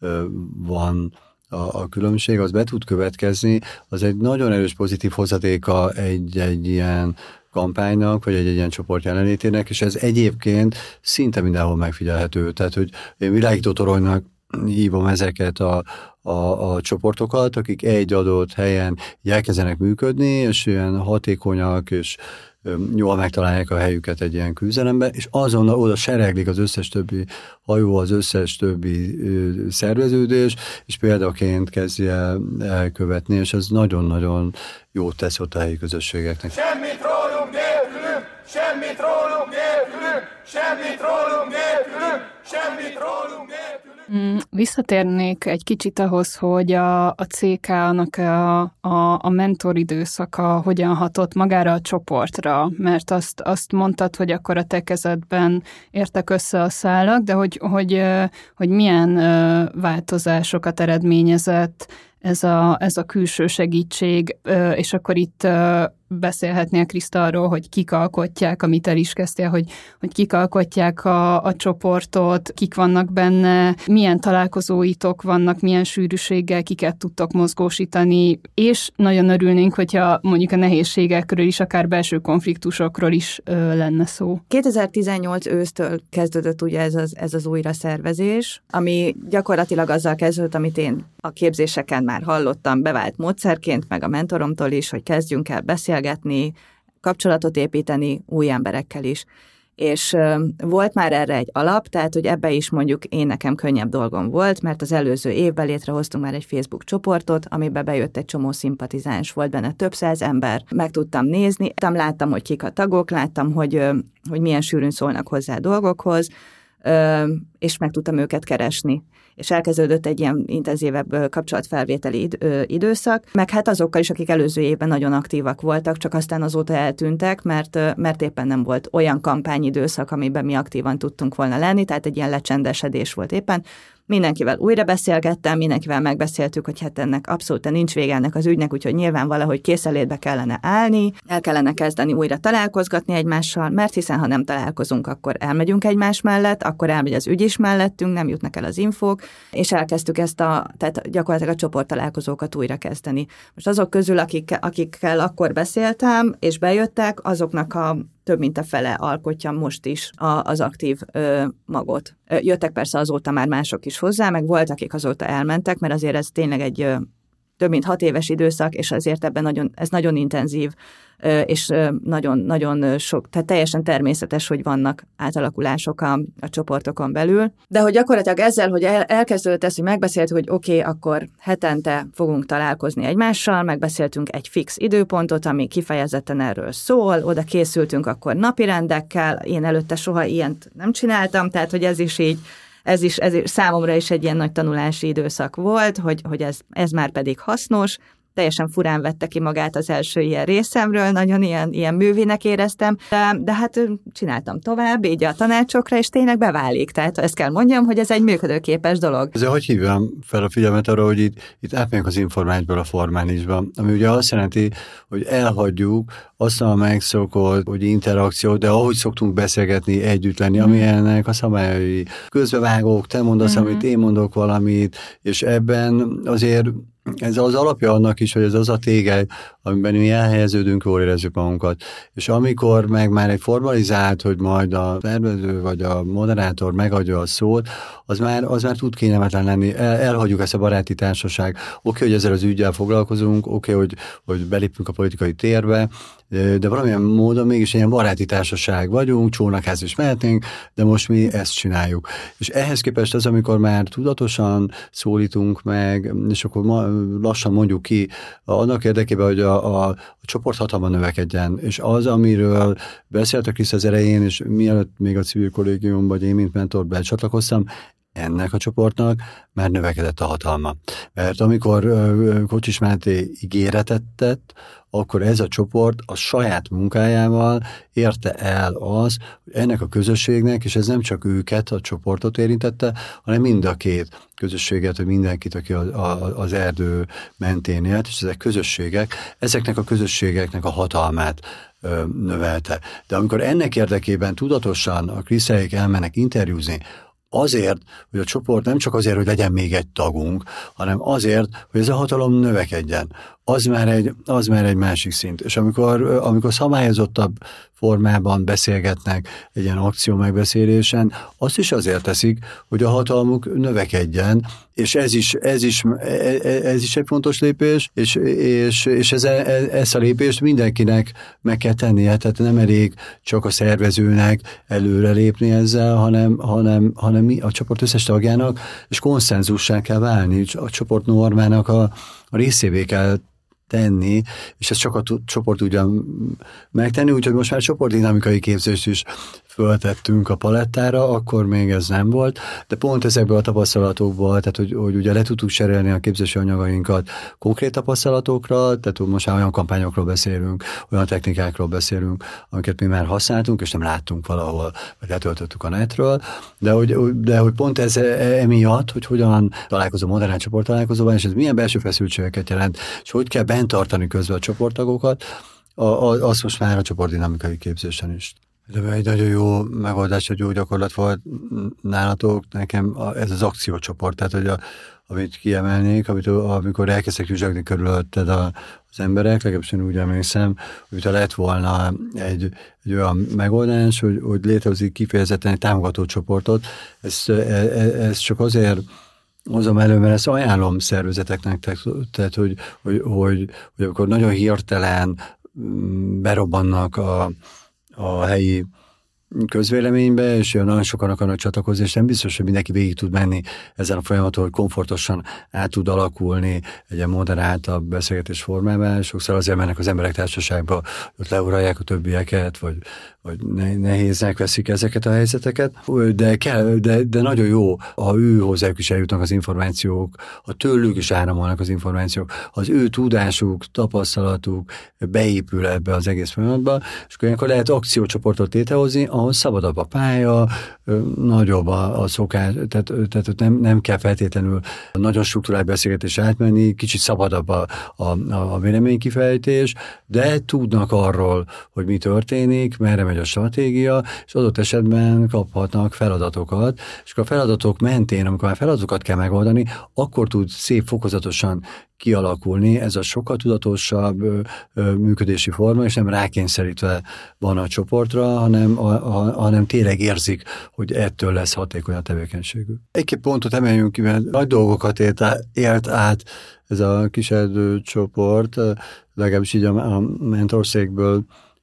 van a, a különbség, az be tud következni, az egy nagyon erős pozitív hozadéka egy-egy ilyen kampánynak, vagy egy, egy ilyen csoport jelenlétének, és ez egyébként szinte mindenhol megfigyelhető. Tehát, hogy én világító toronynak hívom ezeket a, a, a csoportokat, akik egy adott helyen elkezdenek működni, és ilyen hatékonyak, és jól megtalálják a helyüket egy ilyen küzdelemben, és azonnal oda sereglik az összes többi hajó, az összes többi ö, szerveződés, és példaként kezdi el elkövetni, és ez nagyon-nagyon jót tesz ott a helyi közösségeknek. Semmit rólunk nélkülünk, semmit rólunk nélkülünk, semmit rólunk nélkülünk, semmit rólunk nélkülünk. Mm, visszatérnék egy kicsit ahhoz, hogy a, a cé ká-nak a, a, a mentoridőszaka hogyan hatott magára a csoportra, mert azt, azt mondtad, hogy akkor a te kezedben értek össze a szálak, de hogy, hogy, hogy milyen változásokat eredményezett ez a, ez a külső segítség, és akkor itt beszélhetnél Kriszta arról, hogy kik alkotják, amit el is kezdtél, hogy, hogy kik alkotják a, a csoportot, kik vannak benne, milyen találkozóitok vannak, milyen sűrűséggel, kiket tudtok mozgósítani, és nagyon örülnénk, hogyha mondjuk a nehézségekről is, akár belső konfliktusokról is ö, lenne szó. kétezer-tizennyolc ősztől kezdődött ugye ez az, ez az újraszervezés, ami gyakorlatilag azzal kezdődött, amit én a képzéseken már hallottam, bevált módszerként, meg a mentoromtól is, hogy kezdjünk el beszélgetni, kapcsolatot építeni új emberekkel is. És uh, volt már erre egy alap, tehát, hogy ebbe is mondjuk én nekem könnyebb dolgom volt, mert az előző évben létrehoztunk már egy Facebook csoportot, amiben bejött egy csomó szimpatizáns, volt benne több száz ember, meg tudtam nézni, láttam, hogy kik a tagok, láttam, hogy, uh, hogy milyen sűrűn szólnak hozzá a dolgokhoz, uh, és meg tudtam őket keresni. És elkezdődött egy ilyen intenzívebb kapcsolatfelvételi id- időszak, meg hát azokkal is, akik előző évben nagyon aktívak voltak, csak aztán azóta eltűntek, mert, mert éppen nem volt olyan kampányidőszak, amiben mi aktívan tudtunk volna lenni, tehát egy ilyen lecsendesedés volt éppen. Mindenkivel újra beszélgettem, mindenkivel megbeszéltük, hogy hát ennek abszolút nincs vége ennek az ügynek, úgyhogy nyilván valahogy készelétbe kellene állni, el kellene kezdeni újra találkozgatni egymással, mert hiszen ha nem találkozunk, akkor elmegyünk egymás mellett, akkor elmegy az ügy is mellettünk, nem jutnak el az infók, és elkezdtük ezt a, tehát gyakorlatilag a csoporttalálkozókat újra kezdeni. Most azok közül, akik, akikkel akkor beszéltem, és bejöttek, azoknak a több mint a fele alkotja most is a, az aktív ö, magot. Ö, jöttek persze azóta már mások is hozzá, meg volt, akik azóta elmentek, mert azért ez tényleg egy ö, több mint hat éves időszak, és azért ebben nagyon, ez nagyon intenzív, ö, és nagyon-nagyon sok, tehát teljesen természetes, hogy vannak átalakulások a, a csoportokon belül. De hogy gyakorlatilag ezzel, hogy el, elkezdődött ez, hogy megbeszéltük, hogy oké, okay, akkor hetente fogunk találkozni egymással, megbeszéltünk egy fix időpontot, ami kifejezetten erről szól, oda készültünk akkor napirendekkel, én előtte soha ilyent nem csináltam, tehát hogy ez is így, Ez is, ez is számomra is egy ilyen nagy tanulási időszak volt, hogy, hogy ez, ez már pedig hasznos, teljesen furán vette ki magát az első ilyen részemről, nagyon ilyen, ilyen művinek éreztem, de, de hát csináltam tovább, így a tanácsokra, és tényleg beválik. Tehát ezt kell mondjam, hogy ez egy működőképes dolog. Ezzel hogy hívjam fel a figyelmet arra, hogy itt, itt átmegyünk az informálisból a formálisba, ami ugye azt jelenti, hogy elhagyjuk azt a megszokott, hogy interakció, de ahogy szoktunk beszélgetni, együtt lenni, ami ennek a szabályai közbevágók, te mondasz, mm-hmm. amit én mondok valamit, és ebben azért ez az alapja annak is, hogy ez az a tégely, amiben mi elhelyeződünk, jól érezzük magunkat. És amikor meg már egy formalizált, hogy majd a szervező vagy a moderátor megadja a szót, az már, az már tud kényelmetlen lenni. El, elhagyjuk ezt a baráti társaság. Oké, hogy ezzel az üggyel foglalkozunk, oké, hogy, hogy belépünk a politikai térbe, de valamilyen módon mégis ilyen baráti társaság vagyunk, csónakház is mehetnénk, de most mi ezt csináljuk. És ehhez képest az, amikor már tudatosan szólítunk meg, és akkor ma, lassan mondjuk ki, annak érdekében, hogy a, a, a csoport hatalma növekedjen, és az, amiről beszéltek Kriszta az elején, és mielőtt még a civil kollégium, vagy én, mint mentor becsatlakoztam, ennek a csoportnak már növekedett a hatalma. Mert amikor Kocsis Máté ígéretet tett, akkor ez a csoport a saját munkájával érte el az, hogy ennek a közösségnek, és ez nem csak őket, a csoportot érintette, hanem mind a két közösséget, hogy mindenkit, aki a, a, az erdő mentén élt, és ezek közösségek, ezeknek a közösségeknek a hatalmát ö, növelte. De amikor ennek érdekében tudatosan a Kriszeik elmennek interjúzni, azért, hogy a csoport nem csak azért, hogy legyen még egy tagunk, hanem azért, hogy ez a hatalom növekedjen. Az már egy, az már egy másik szint. És amikor, amikor szabályozottabb formában beszélgetnek egy ilyen akció megbeszélésen, azt is azért teszik, hogy a hatalmuk növekedjen, és ez is, ez is, ez is egy fontos lépés, és, és, és ez, ezt a lépést mindenkinek meg kell tennie, tehát nem elég csak a szervezőnek előre lépni ezzel, hanem, hanem, hanem mi, a csoport összes tagjának, és konszenzussá kell válni, a csoport normának a, a részévé kell tenni, és ezt csak a csoport tudja megtenni, úgyhogy most már csoportdinamikai képzést is föltettünk a palettára, akkor még ez nem volt, de pont ezekből a tapasztalatokból, tehát hogy, hogy ugye le tudtuk cserélni a képzési anyagainkat konkrét tapasztalatokra, tehát most már olyan kampányokról beszélünk, olyan technikákról beszélünk, amiket mi már használtunk, és nem láttunk valahol, vagy letöltöttük a netről, de hogy, de hogy pont ez emiatt, hogy hogyan találkozom modern csoport találkozóban, és ez milyen belső feszültségeket jelent, és hogy kell bent tartani közben a csoporttagokat, azt most már a csoportdinamikai képzésen is. De egy nagyon jó megoldás, egy jó gyakorlat volt nálatok, nekem ez az akciócsoport, tehát hogy a, amit kiemelnék, amit, amikor elkezdtek gyüzsögni körülötted a, az emberek, legalábbis én úgy emlékszem, hogy ha lett volna egy, egy olyan megoldás, hogy, hogy létrehozik kifejezetten egy támogató csoportot, ezt, ez csak azért hozom elő, mert ezt ajánlom szervezeteknek, tehát hogy, hogy, hogy, hogy akkor nagyon hirtelen berobbannak a a helyi közvéleménybe, és nagyon sokan akarnak csatlakozni, és nem biztos, hogy mindenki végig tud menni ezen a folyamaton, hogy komfortosan át tud alakulni egy ilyen moderáltabb beszélgetés formában. Sokszor azért mennek az emberek társaságba, ott leuralják a többieket, vagy, vagy nehéznek veszik ezeket a helyzeteket, de, kell, de, de nagyon jó, ha ő hozzájuk is eljutnak az információk, ha tőlük is áramolnak az információk, ha az ő tudásuk, tapasztalatuk beépül ebbe az egész folyamatba, és akkor lehet akciócsoportot létrehozni, ahol szabadabb a pálya, nagyobb a, a szokás, tehát, tehát nem, nem kell feltétlenül nagyon struktúrált beszélgetés átmenni, kicsit szabadabb a, a, a véleménykifejtés, de tudnak arról, hogy mi történik, merre megy a stratégia, és adott esetben kaphatnak feladatokat, és a feladatok mentén, amikor már feladatokat kell megoldani, akkor tud szép fokozatosan kialakulni ez a sokkal tudatosabb ö, ö, működési forma, és nem rákényszerítve van a csoportra, hanem, a, a, hanem tényleg érzik, hogy ettől lesz hatékony a tevékenységük. Egy-két pontot emeljünk ki, mert nagy dolgokat élt, élt át ez a kísérlő csoport, legalábbis így a, a mentorszékből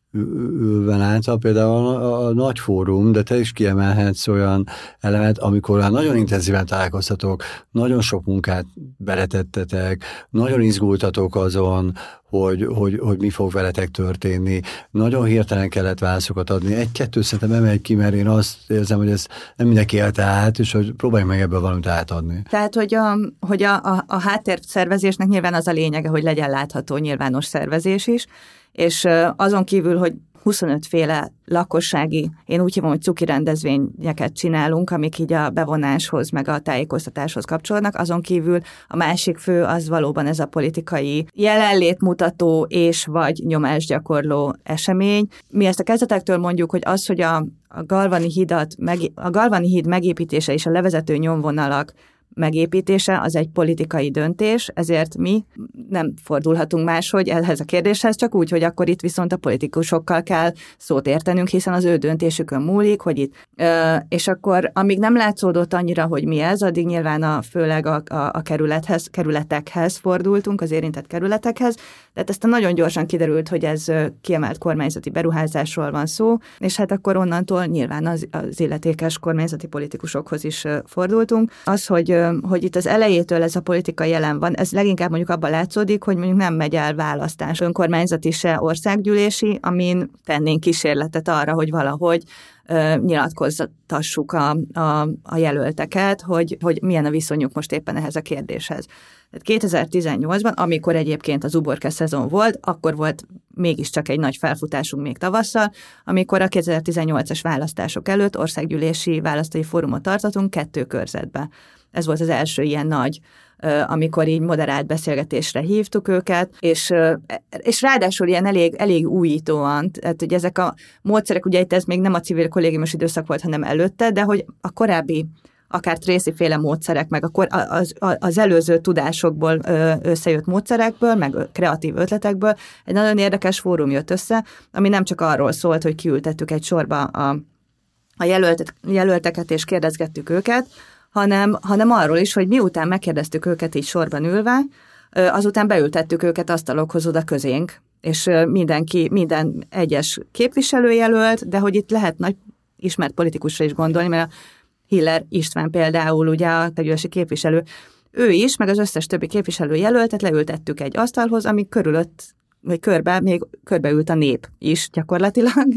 ülve látva, például a, a nagy fórum, de te is kiemelhetsz olyan elemet, amikor nagyon intenzíven találkoztatok, nagyon sok munkát beletettetek, nagyon izgultatok azon, hogy, hogy, hogy mi fog veletek történni. Nagyon hirtelen kellett válaszokat adni. Egy-kettő szerintem emelj ki, mert én azt érzem, hogy ez nem mindenki élte át, és hogy próbáljunk meg ebből valamit átadni. Tehát, hogy a, hogy a, a, a háttérszervezésnek nyilván az a lényege, hogy legyen látható nyilvános szervezés is, és azon kívül, hogy huszonöt féle lakossági, én úgy hívom, hogy cuki rendezvényeket csinálunk, amik így a bevonáshoz, meg a tájékoztatáshoz kapcsolódnak. Azon kívül a másik fő az valóban ez a politikai jelenlétmutató és vagy nyomásgyakorló esemény. Mi ezt a kezdetektől mondjuk, hogy az, hogy a, a Galvani hídat, meg, a Galvani híd megépítése és a levezető nyomvonalak megépítése az egy politikai döntés, ezért mi nem fordulhatunk máshogy ehhez a kérdéshez, csak úgy, hogy akkor itt viszont a politikusokkal kell szót értenünk, hiszen az ő döntésükön múlik, hogy itt, és akkor amíg nem látszódott annyira, hogy mi ez, addig nyilván a, főleg a, a, a kerülethez, kerületekhez fordultunk, az érintett kerületekhez, de ezt nagyon gyorsan kiderült, hogy ez kiemelt kormányzati beruházásról van szó, és hát akkor onnantól nyilván az, az illetékes kormányzati politikusokhoz is fordultunk. Az, hogy hogy, hogy itt az elejétől ez a politika jelen van. Ez leginkább mondjuk abban látszódik, hogy mondjuk nem megy el választás önkormányzati se országgyűlési, amin tennénk kísérletet arra, hogy valahogy uh, nyilatkoztassuk a, a, a jelölteket, hogy, hogy milyen a viszonyuk most éppen ehhez a kérdéshez. kétezer-tizennyolcban, amikor egyébként az uborka szezon volt, akkor volt mégiscsak egy nagy felfutásunk még tavasszal, amikor a kétezer-tizennyolcas választások előtt országgyűlési választói fórumot tartottunk kettő körzetbe. Ez volt az első ilyen nagy, amikor így moderált beszélgetésre hívtuk őket, és, és ráadásul ilyen elég, elég újítóan, tehát hogy ezek a módszerek, ugye itt ez még nem a civil kollégiumos időszak volt, hanem előtte, de hogy a korábbi akár Tracy-féle módszerek, meg akkor az, az előző tudásokból összejött módszerekből, meg kreatív ötletekből egy nagyon érdekes fórum jött össze, ami nem csak arról szólt, hogy kiültettük egy sorba a, a jelölt, jelölteket és kérdezgettük őket, hanem, hanem arról is, hogy miután megkérdeztük őket így sorban ülve, azután beültettük őket asztalokhoz oda közénk, és mindenki, minden egyes képviselőjelölt, de hogy itt lehet nagy ismert politikusra is gondolni, mert a Hiller István például, ugye a tegyülési képviselő, ő is, meg az összes többi képviselő jelöltet leültettük egy asztalhoz, ami körülött, vagy körbe, még körbeült a nép is gyakorlatilag,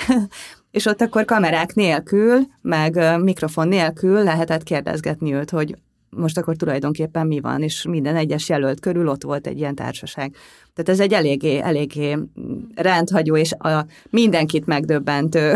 és ott akkor kamerák nélkül, meg mikrofon nélkül lehetett kérdezgetni őt, hogy most akkor tulajdonképpen mi van, és minden egyes jelölt körül ott volt egy ilyen társaság. Tehát ez egy eléggé, eléggé rendhagyó, és a mindenkit megdöbbentő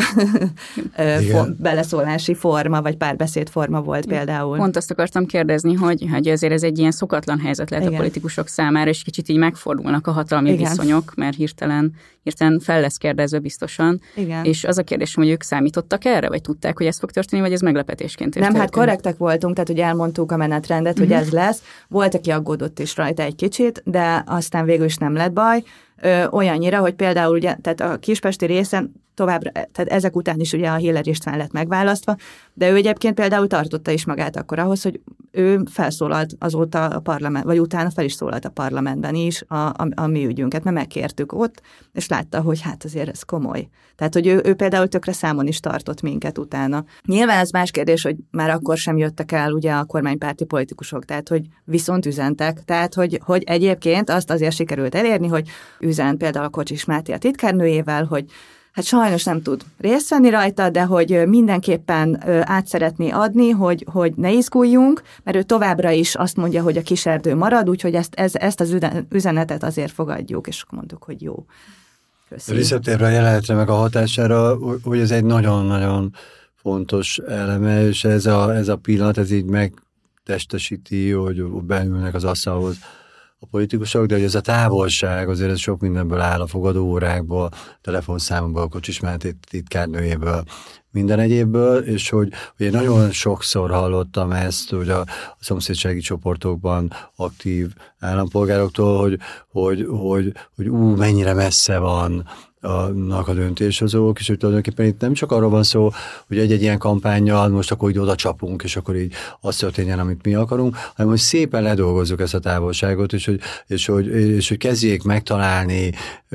for, beleszólási forma, vagy párbeszédforma volt például. Pont azt akartam kérdezni, hogy, hogy azért ez egy ilyen szokatlan helyzet lehet Igen. a politikusok számára, és kicsit így megfordulnak a hatalmi Igen. viszonyok, mert hirtelen, hirtelen fel lesz kérdezve biztosan. Igen. És az a kérdés, hogy ők számítottak erre, vagy tudták, hogy ez fog történni, vagy ez meglepetésként Nem, hát korrektek voltunk, tehát hogy elmondtuk a menetrendet, uh-huh. hogy ez lesz. Volt, aki aggódott is rajta egy kicsit, de aztán végül is nem lett baj, ö, olyannyira, hogy például ugye, tehát a kispesti részen továbbra, tehát ezek után is ugye a Hiller István lett megválasztva, de ő egyébként például tartotta is magát akkor ahhoz, hogy ő felszólalt azóta a parlament, vagy utána fel is szólalt a parlamentben is a, a, a mi ügyünket, mert megkértük ott, és látta, hogy hát azért ez komoly. Tehát, hogy ő, ő például tökre számon is tartott minket utána. Nyilván ez más kérdés, hogy már akkor sem jöttek el ugye a kormánypárti politikusok, tehát, hogy viszont üzentek, tehát, hogy, hogy egyébként azt azért sikerült elérni, hogy üzent például a Kocsis Máté a titkárnőjével, hogy hát sajnos nem tud részt venni rajta, de hogy mindenképpen át szeretné adni, hogy, hogy ne izguljunk, mert ő továbbra is azt mondja, hogy a kiserdő marad, úgyhogy ezt, ez, ezt az üzenetet azért fogadjuk, és akkor mondtuk, hogy jó. Köszi. Visszatérve a jelenetre meg a hatására, hogy ez egy nagyon-nagyon fontos eleme, és ez a, ez a pillanat, ez így megtestesíti, hogy beülnek az asztalhoz a politikusok, de hogy ez a távolság, azért ez sok mindenből áll, a fogadóórákból, telefonszámokból, Kocsis Máté titkárnőjéből, minden egyébből, és hogy, hogy én nagyon sokszor hallottam ezt, hogy a, a szomszédsági csoportokban aktív állampolgároktól, hogy, hogy, hogy, hogy ú, mennyire messze van annak a döntéshozók, és hogy tulajdonképpen itt nem csak arról van szó, hogy egy-egy ilyen kampánnyal most akkor így oda csapunk, és akkor így az történjen, amit mi akarunk, hanem hogy szépen ledolgozzuk ezt a távolságot, és hogy, és hogy, és hogy kezdjék megtalálni,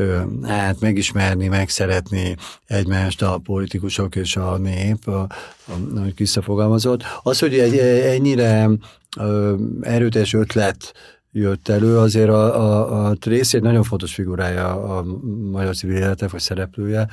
hát megismerni, megszeretni egymást a politikusok és a nép, ahogy visszafogalmazott. Az, hogy egy ennyire erőteljes ötlet jött elő, azért a, a, a Tracy egy nagyon fontos figurája a magyar civil életek, vagy szereplője,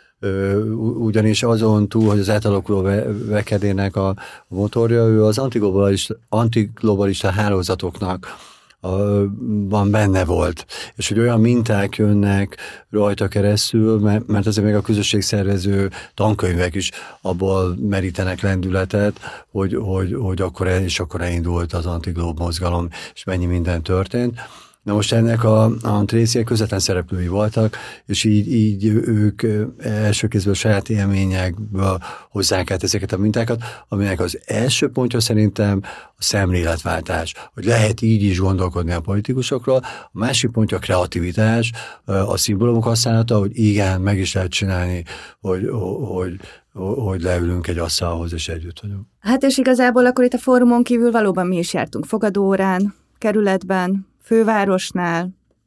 ugyanis azon túl, hogy az átalakuló vekedének a motorja, ő az antiglobalista, antiglobalista hálózatoknak van benne volt, és hogy olyan minták jönnek rajta keresztül, mert, mert azért még a közösségszervező tankönyvek is abból merítenek lendületet, hogy, hogy, hogy akkor, és akkor elindult az antiglob mozgalom, és mennyi minden történt. Na most ennek a, a Tracy-ek közvetlen szereplői voltak, és így, így ők első kézből saját élményekből hozzák át ezeket a mintákat, aminek az első pontja szerintem a szemléletváltás, hogy lehet így is gondolkodni a politikusokról, a másik pontja a kreativitás, a szimbólumok használata, hogy igen, meg is lehet csinálni, hogy, hogy hogy leülünk egy asztalhoz, és együtt vagyunk. Hát és igazából akkor itt a fórumon kívül valóban mi is jártunk fogadóórán, kerületben, fővárosnál,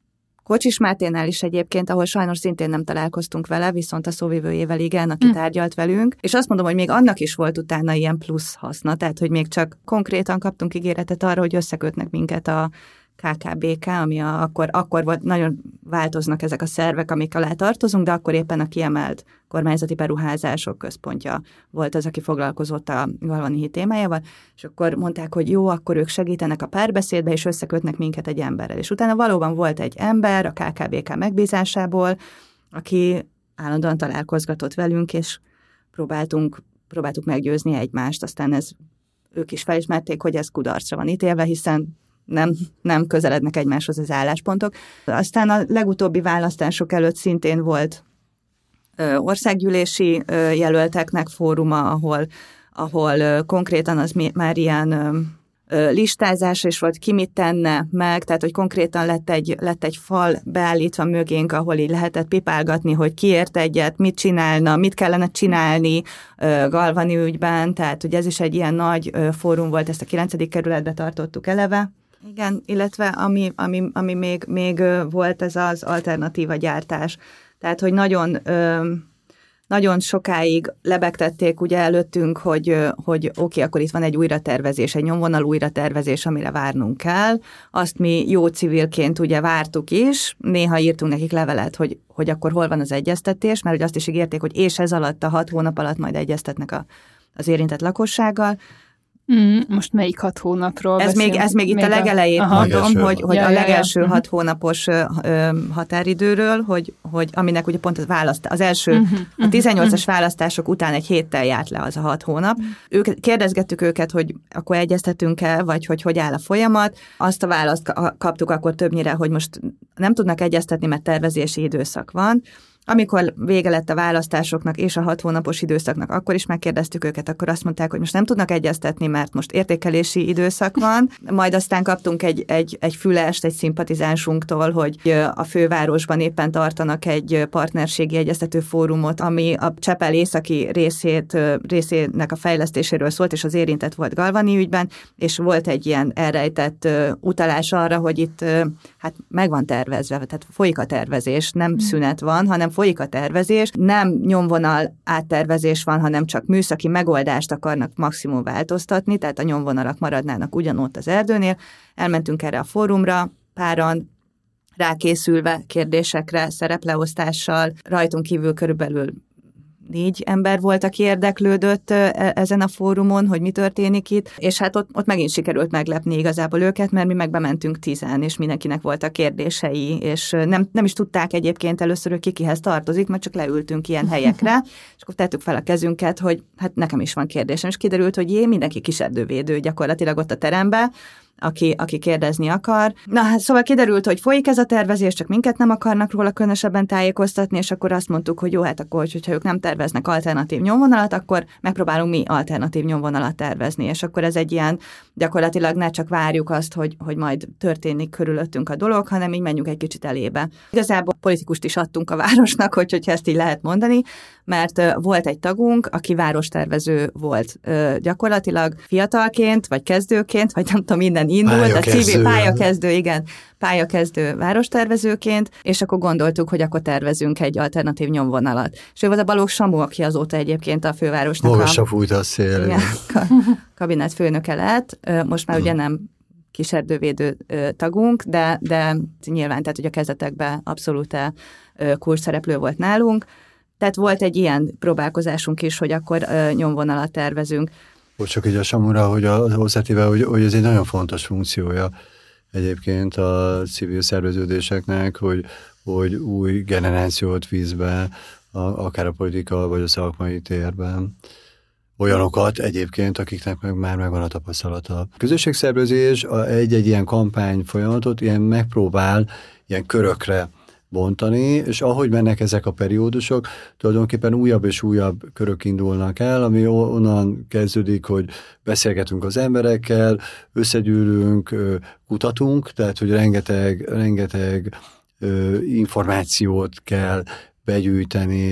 Kocsis Máténál is egyébként, ahol sajnos szintén nem találkoztunk vele, viszont a szóvivőjével igen, aki hm. tárgyalt velünk, és azt mondom, hogy még annak is volt utána ilyen plusz haszna, tehát hogy még csak konkrétan kaptunk ígéretet arra, hogy összekötnek minket a ká ká bé ká, ami a, akkor, akkor volt, nagyon változnak ezek a szervek, amik alá tartozunk, de akkor éppen a kiemelt kormányzati beruházások központja volt az, aki foglalkozott a Galvani híd témájával, és akkor mondták, hogy jó, akkor ők segítenek a párbeszédbe, és összekötnek minket egy emberrel. És utána valóban volt egy ember a ká ká bé ká megbízásából, aki állandóan találkozgatott velünk, és próbáltunk, próbáltuk meggyőzni egymást, aztán ez, ők is felismerték, hogy ez kudarcra van ítélve, hiszen nem, nem közelednek egymáshoz az álláspontok. Aztán a legutóbbi választások előtt szintén volt ö, országgyűlési ö, jelölteknek fóruma, ahol, ahol ö, konkrétan az mi, már ilyen ö, ö, listázás is volt, ki mit tenne meg, tehát hogy konkrétan lett egy, lett egy fal beállítva mögénk, ahol így lehetett pipálgatni, hogy ki ért egyet, mit csinálna, mit kellene csinálni ö, Galvani ügyben, tehát hogy ez is egy ilyen nagy ö, fórum volt, ezt a kilencedik kerületbe tartottuk eleve. Igen, illetve ami, ami, ami még, még volt, ez az alternatíva gyártás. Tehát, hogy nagyon, nagyon sokáig lebegtették ugye előttünk, hogy, hogy oké, okay, akkor itt van egy újratervezés, egy nyomvonal újratervezés, amire várnunk kell. Azt mi jó civilként ugye vártuk is, néha írtunk nekik levelet, hogy, hogy akkor hol van az egyeztetés, mert ugye azt is ígérték, hogy és ez alatt, a hat hónap alatt majd egyeztetnek a, az érintett lakossággal. Mm, most melyik hat hónapról ez még, ez még itt még a legelejét a... mondom, Aha. hogy, hogy ja, a legelső ja, ja. hat hónapos ö, határidőről, hogy, hogy aminek ugye pont az, választ, az első, uh-huh, a tizennyolcas uh-huh. választások után egy héttel járt le az a hat hónap. Uh-huh. Ők, kérdezgettük őket, hogy akkor egyeztetünk-e, vagy hogy hogy áll a folyamat. Azt a választ kaptuk akkor többnyire, hogy most nem tudnak egyeztetni, mert tervezési időszak van. Amikor vége lett a választásoknak és a hat hónapos időszaknak, akkor is megkérdeztük őket, akkor azt mondták, hogy most nem tudnak egyeztetni, mert most értékelési időszak van. Majd aztán kaptunk egy, egy, egy fülest egy szimpatizánsunktól, hogy a fővárosban éppen tartanak egy partnerségi egyeztető fórumot, ami a Csepel északi részét, részének a fejlesztéséről szólt, és az érintett volt Galvani ügyben, és volt egy ilyen elrejtett utalás arra, hogy itt hát meg van tervezve, tehát folyik a tervezés, nem szünet van, hanem folyik a tervezés, nem nyomvonal áttervezés van, hanem csak műszaki megoldást akarnak maximum változtatni, tehát a nyomvonalak maradnának ugyanott az erdőnél. Elmentünk erre a fórumra, páran rákészülve kérdésekre, szerepleosztással, rajtunk kívül körülbelül négy ember volt, aki érdeklődött ezen a fórumon, hogy mi történik itt, és hát ott, ott megint sikerült meglepni igazából őket, mert mi meg bementünk tizen, és mindenkinek voltak kérdései, és nem, nem is tudták egyébként először, hogy ki kihez tartozik, mert csak leültünk ilyen helyekre, és akkor tettük fel a kezünket, hogy hát nekem is van kérdésem, és kiderült, hogy jé, mindenki kiserdővédő gyakorlatilag ott a teremben, Aki, aki kérdezni akar. Na, hát szóval kiderült, hogy folyik ez a tervezés, csak minket nem akarnak róla különösebben tájékoztatni, és akkor azt mondtuk, hogy jó, hát akkor, hogyha ők nem terveznek alternatív nyomvonalat, akkor megpróbálunk mi alternatív nyomvonalat tervezni, és akkor ez egy ilyen, gyakorlatilag ne csak várjuk azt, hogy, hogy majd történik körülöttünk a dolog, hanem így menjünk egy kicsit elébe. Igazából politikust is adtunk a városnak, hogy, hogyha ezt így lehet mondani, mert volt egy tagunk, aki várostervező volt gyakorlatilag fiatalként, vagy kezdőként, vagy nem tudom, minden indult, a civil pályakezdő, igen, pályakezdő várostervezőként, és akkor gondoltuk, hogy akkor tervezünk egy alternatív nyomvonalat. És ő volt a Balogh Samu, aki azóta egyébként a fővárosnak Magasra a... fújt a szél. Igen, kabinet főnöke lett, most már ugye nem kiserdővédő tagunk, de, de nyilván, tehát hogy a kezdetekben abszolút kulcsszereplő volt nálunk. Tehát volt egy ilyen próbálkozásunk is, hogy akkor nyomvonalat tervezünk. Most csak így a Samura, hogy a hozzátéve, hogy, hogy ez egy nagyon fontos funkciója egyébként a civil szerveződéseknek, hogy, hogy új generációt víz be, a, akár a politika vagy a szakmai térben. Olyanokat egyébként, akiknek meg már megvan a tapasztalata. A közösségszervezés egy-egy ilyen kampány folyamatot ilyen megpróbál ilyen körökre bontani, és ahogy mennek ezek a periódusok, tulajdonképpen újabb és újabb körök indulnak el, ami onnan kezdődik, hogy beszélgetünk az emberekkel, összegyűlünk, kutatunk, tehát, hogy rengeteg, rengeteg információt kell begyűjteni,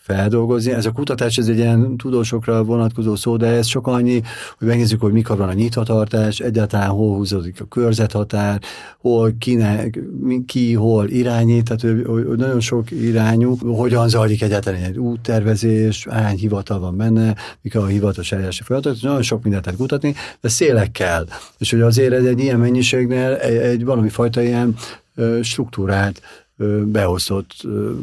feldolgozni. Ez a kutatás, ez egy ilyen tudósokra vonatkozó szó, de ez csak annyi, hogy megnézzük, hogy mikor van a nyitvatartás, egyáltalán hol húzódik a körzethatár, hol kinek, ki hol irányít, tehát hogy nagyon sok irányú, hogyan zajlik egyáltalán egy úttervezés, hány hivatal van benne, mik a hivatalos eljárási feladatok, nagyon sok mindent lehet kutatni, de szélek kell. És hogy azért ez egy ilyen mennyiségnél egy, egy valami fajta ilyen struktúrát, beosztott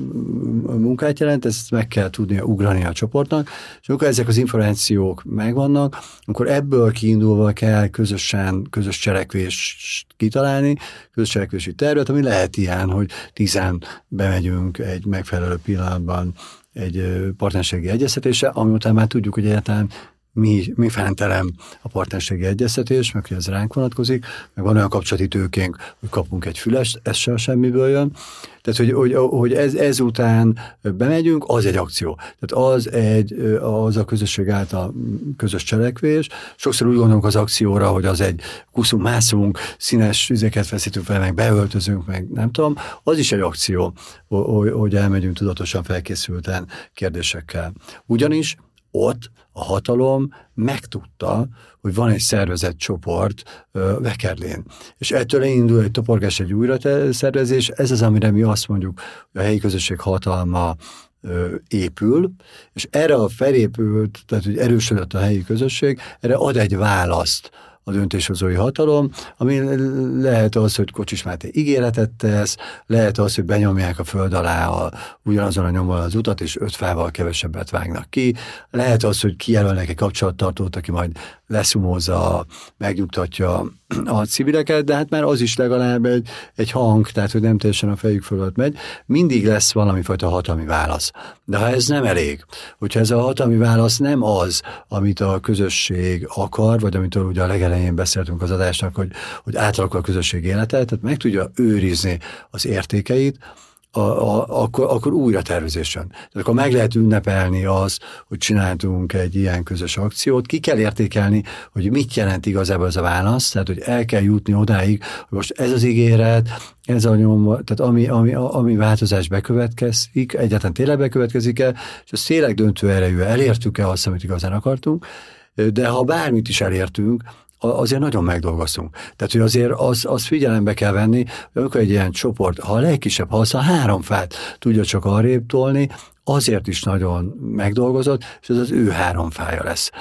munkát jelent, ezt meg kell tudnia ugrani a csoportnak, és amikor ezek az információk megvannak, akkor ebből kiindulva kell közösen, közös cselekvést kitalálni, közös cselekvési tervet, ami lehet ilyen, hogy tizen bemegyünk egy megfelelő pillanatban egy partnerségi egyeztetésre, ami után már tudjuk, hogy egyáltalán mi, mi fentelem a partnerségi egyeztetés, meg hogy ez ránk vonatkozik, meg van olyan kapcsolati tőkénk, hogy kapunk egy fülest, ez sem semmiből jön. Tehát, hogy, hogy, hogy ez, ezután bemegyünk, az egy akció. Tehát az, egy, az a közösség által közös cselekvés. Sokszor úgy gondolunk az akcióra, hogy az egy kuszunk, mászunk, színes üzeket feszítünk fel, meg beöltözünk, meg nem tudom. Az is egy akció, hogy, hogy elmegyünk tudatosan felkészülten kérdésekkel. Ugyanis ott a hatalom megtudta, hogy van egy szervezett csoport uh, Vekerlén. És ettől indul egy toporgás, egy újraszervezés. Ez az, amire mi azt mondjuk, hogy a helyi közösség hatalma uh, épül, és erre a felépült, tehát hogy erősödött a helyi közösség, erre ad egy választ a döntéshozói hatalom, ami lehet az, hogy Kocsis Máté ígéretet tesz, lehet az, hogy benyomják a föld alá a, ugyanazon a nyomval az utat, és öt fával kevesebbet vágnak ki, lehet az, hogy kijelölnek egy kapcsolattartót, aki majd leszumózza, megnyugtatja a civileket, de hát már az is legalább egy, egy hang, tehát hogy nem teljesen a fejük fölött megy, mindig lesz valami fajta hatalmi válasz. De ha ez nem elég, hogyha ez a hatalmi válasz nem az, amit a közösség akar, vagy amitől ugye a legelején beszéltünk az adásnak, hogy, hogy átalakul a közösség élete, tehát meg tudja őrizni az értékeit, A, a, akkor, akkor újra tervezésen. Tehát akkor meg lehet ünnepelni az, hogy csináltunk egy ilyen közös akciót, ki kell értékelni, hogy mit jelent igazából ez a válasz, tehát hogy el kell jutni odáig, hogy most ez az ígéret, ez a nyom, tehát ami, ami, ami változás bekövetkezik, egyáltalán tényleg bekövetkezik-e, és az tényleg döntő erejű, elértük-e azt, amit igazán akartunk, de ha bármit is elértünk, azért nagyon megdolgozunk. Tehát, hogy azért az, az figyelembe kell venni, hogy amikor egy ilyen csoport, ha a legkisebb, ha az a három fát tudja csak arrébb tolni, azért is nagyon megdolgozott, és ez az ő három fája lesz.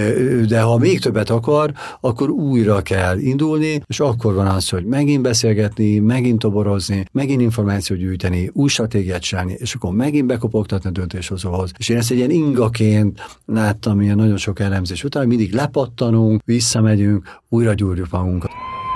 De ha még többet akar, akkor újra kell indulni, és akkor van az, hogy megint beszélgetni, megint toborozni, megint információt gyűjteni, új stratégiát csinálni, és akkor megint bekopogtatni a döntéshozóhoz. És én ezt egy ilyen ingaként láttam ilyen nagyon sok elemzés után, hogy mindig lepattanunk, visszamegyünk, újra gyúrjuk magunkat.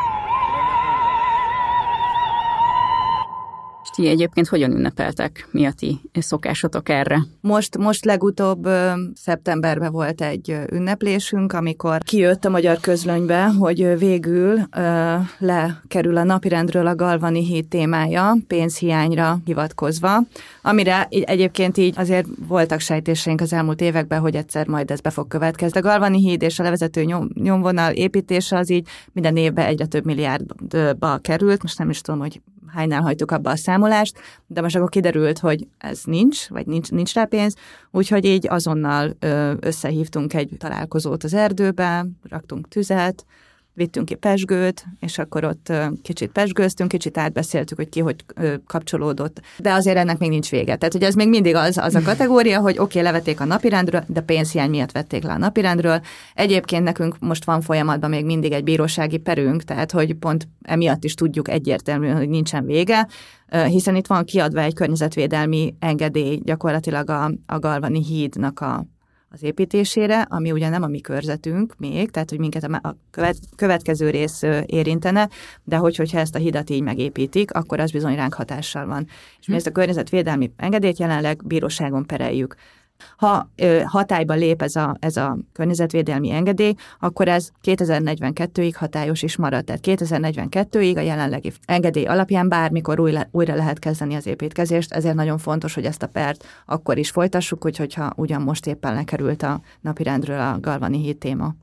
Ti egyébként hogyan ünnepeltek? Mi a ti szokásotok erre? Most, most legutóbb ö, szeptemberben volt egy ö, ünneplésünk, amikor kijött a magyar közlönybe, hogy ö, végül ö, lekerül a napirendről a Galvani híd témája, pénzhiányra hivatkozva, amire így, egyébként így azért voltak sejtéseink az elmúlt években, hogy egyszer majd ez be fog következni. A Galvani híd és a levezető nyom, nyomvonal építése az így minden évben egyre több milliárdba került, most nem is tudom, hogy hánynál hagytuk abba a számolást, de most akkor kiderült, hogy ez nincs, vagy nincs, nincs rá pénz, úgyhogy így azonnal ö, összehívtunk egy találkozót az erdőbe, raktunk tüzet, vittünk ki pezsgőt, és akkor ott ö, kicsit pezsgőztünk, kicsit átbeszéltük, hogy ki hogy ö, kapcsolódott. De azért ennek még nincs vége. Tehát, hogy ez még mindig az, az a kategória, hogy oké, okay, levették a napirendről, de pénzhiány miatt vették le a napirendről. Egyébként nekünk most van folyamatban még mindig egy bírósági perünk, tehát, hogy pont emiatt is tudjuk egyértelműen, hogy nincsen vége, hiszen itt van kiadva egy környezetvédelmi engedély gyakorlatilag a, a Galvani hídnak a az építésére, ami ugye nem a mi körzetünk még, tehát hogy minket a követ, következő rész érintene, de hogy, hogyha ezt a hidat így megépítik, akkor az bizony ránk hatással van. És mi ezt a környezetvédelmi engedélyt jelenleg bíróságon pereljük. Ha ö, hatályba lép ez a, ez a környezetvédelmi engedély, akkor ez kétezer-negyvenkettőig hatályos is marad. Tehát kétezer-negyvenkettőig a jelenlegi engedély alapján bármikor újra, újra lehet kezdeni az építkezést, ezért nagyon fontos, hogy ezt a pert akkor is folytassuk, hogy, hogyha ugyan most éppen lekerült a napirendről a Galvani híd téma.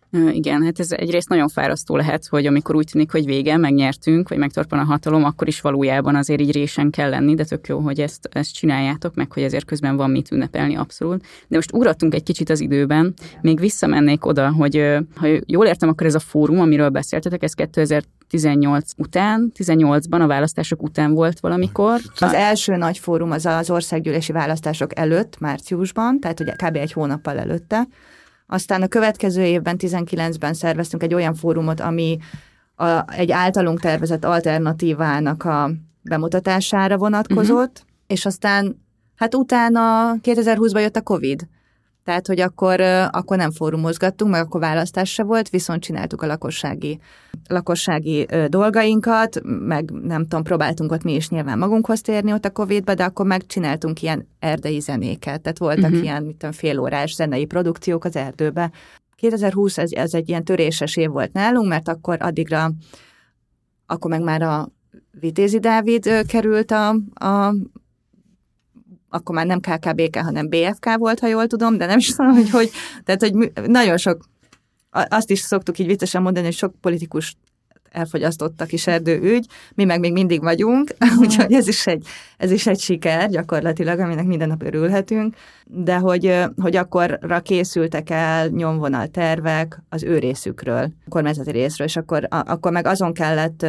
Igen, hát ez egyrészt nagyon fárasztó lehet, hogy amikor úgy tűnik, hogy vége, megnyertünk, vagy megtorpan a hatalom, akkor is valójában azért így résen kell lenni, de tök jó, hogy ezt, ezt csináljátok, meg hogy ezért közben van mit ünnepelni abszolút. De most ugrottunk egy kicsit az időben, még visszamennék oda, hogy ha jól értem, akkor ez a fórum, amiről beszéltetek, ez kétezer-tizennyolc után, tizennyolcban a választások után volt valamikor. Az első nagy fórum az az országgyűlési választások előtt, márciusban, tehát ugye kb. Egy hónappal előtte. Aztán a következő évben, tizenkilencben szerveztünk egy olyan fórumot, ami a, egy általunk tervezett alternatívának a bemutatására vonatkozott, uh-huh. és aztán hát utána kétezer-húszban jött a Covid. Tehát, hogy akkor, akkor nem fórumozgattunk, meg akkor választás se volt, viszont csináltuk a lakossági, lakossági dolgainkat, meg nem tudom, próbáltunk ott mi is nyilván magunkhoz térni ott a Covidba, de akkor meg csináltunk ilyen erdei zenéket, tehát voltak uh-huh. ilyen mit tudom, félórás zenei produkciók az erdőbe. kétezer-húsz ez, ez egy ilyen töréses év volt nálunk, mert akkor addigra, akkor meg már a Vitézi Dávid került a, a akkor már nem ká ká bé ká, hanem bé ef ká volt, ha jól tudom, de nem is tudom, hogy hogy, tehát, hogy nagyon sok, azt is szoktuk így viccesen mondani, hogy sok politikus elfogyasztott a Kiserdő ügy, mi meg még mindig vagyunk, úgyhogy ez is egy, ez is egy siker gyakorlatilag, aminek minden nap örülhetünk, de hogy, hogy akkorra készültek el nyomvonal tervek az ő részükről, a kormányzati részről, és akkor, akkor meg azon kellett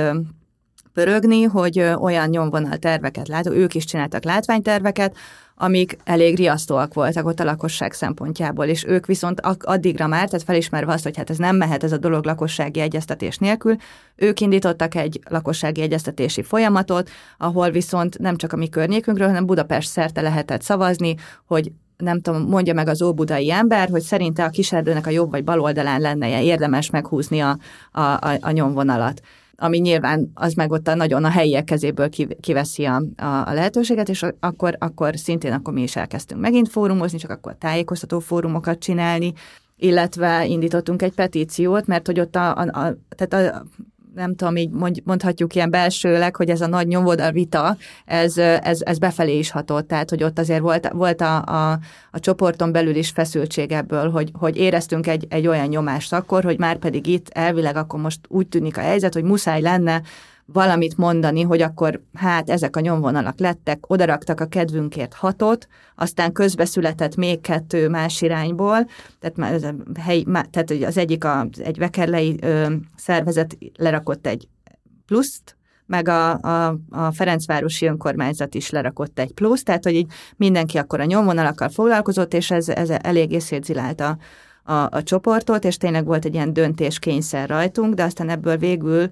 pörögni, hogy olyan nyomvonal terveket látok, ők is csináltak látványterveket, amik elég riasztóak voltak ott a lakosság szempontjából, és ők viszont addigra már, tehát felismerve azt, hogy hát ez nem mehet ez a dolog lakossági egyeztetés nélkül, ők indítottak egy lakossági egyeztetési folyamatot, ahol viszont nem csak a mi környékünkről, hanem Budapest szerte lehetett szavazni, hogy nem tudom, mondja meg az óbudai ember, hogy szerinte a Kiserdőnek a jobb vagy bal oldalán lenne érdemes meghúzni a, a, a, a nyomvonalat, ami nyilván az meg ott a, nagyon a helyiek kezéből kiveszi a, a, a lehetőséget, és akkor, akkor szintén akkor mi is elkezdtünk megint fórumozni, csak akkor tájékoztató fórumokat csinálni, illetve indítottunk egy petíciót, mert hogy ott a, a, a, tehát a nem tudom, így mondhatjuk ilyen belsőleg, hogy ez a nagy nyomvonal vita, ez, ez, ez befelé is hatott, tehát hogy ott azért volt, volt a, a, a csoporton belül is feszültség ebből, hogy, hogy éreztünk egy, egy olyan nyomást akkor, hogy már pedig itt elvileg akkor most úgy tűnik a helyzet, hogy muszáj lenne valamit mondani, hogy akkor hát ezek a nyomvonalak lettek, odaraktak a kedvünkért hatot, aztán közbeszületett még kettő más irányból, tehát, már ez a helyi, tehát az egyik a, egy vekerlei ö, szervezet lerakott egy pluszt, meg a, a, a Ferencvárosi önkormányzat is lerakott egy pluszt, tehát hogy így mindenki akkor a nyomvonalakkal foglalkozott, és ez, ez eléggé szétzilált a, a, a csoportot, és tényleg volt egy ilyen döntéskényszer rajtunk, de aztán ebből végül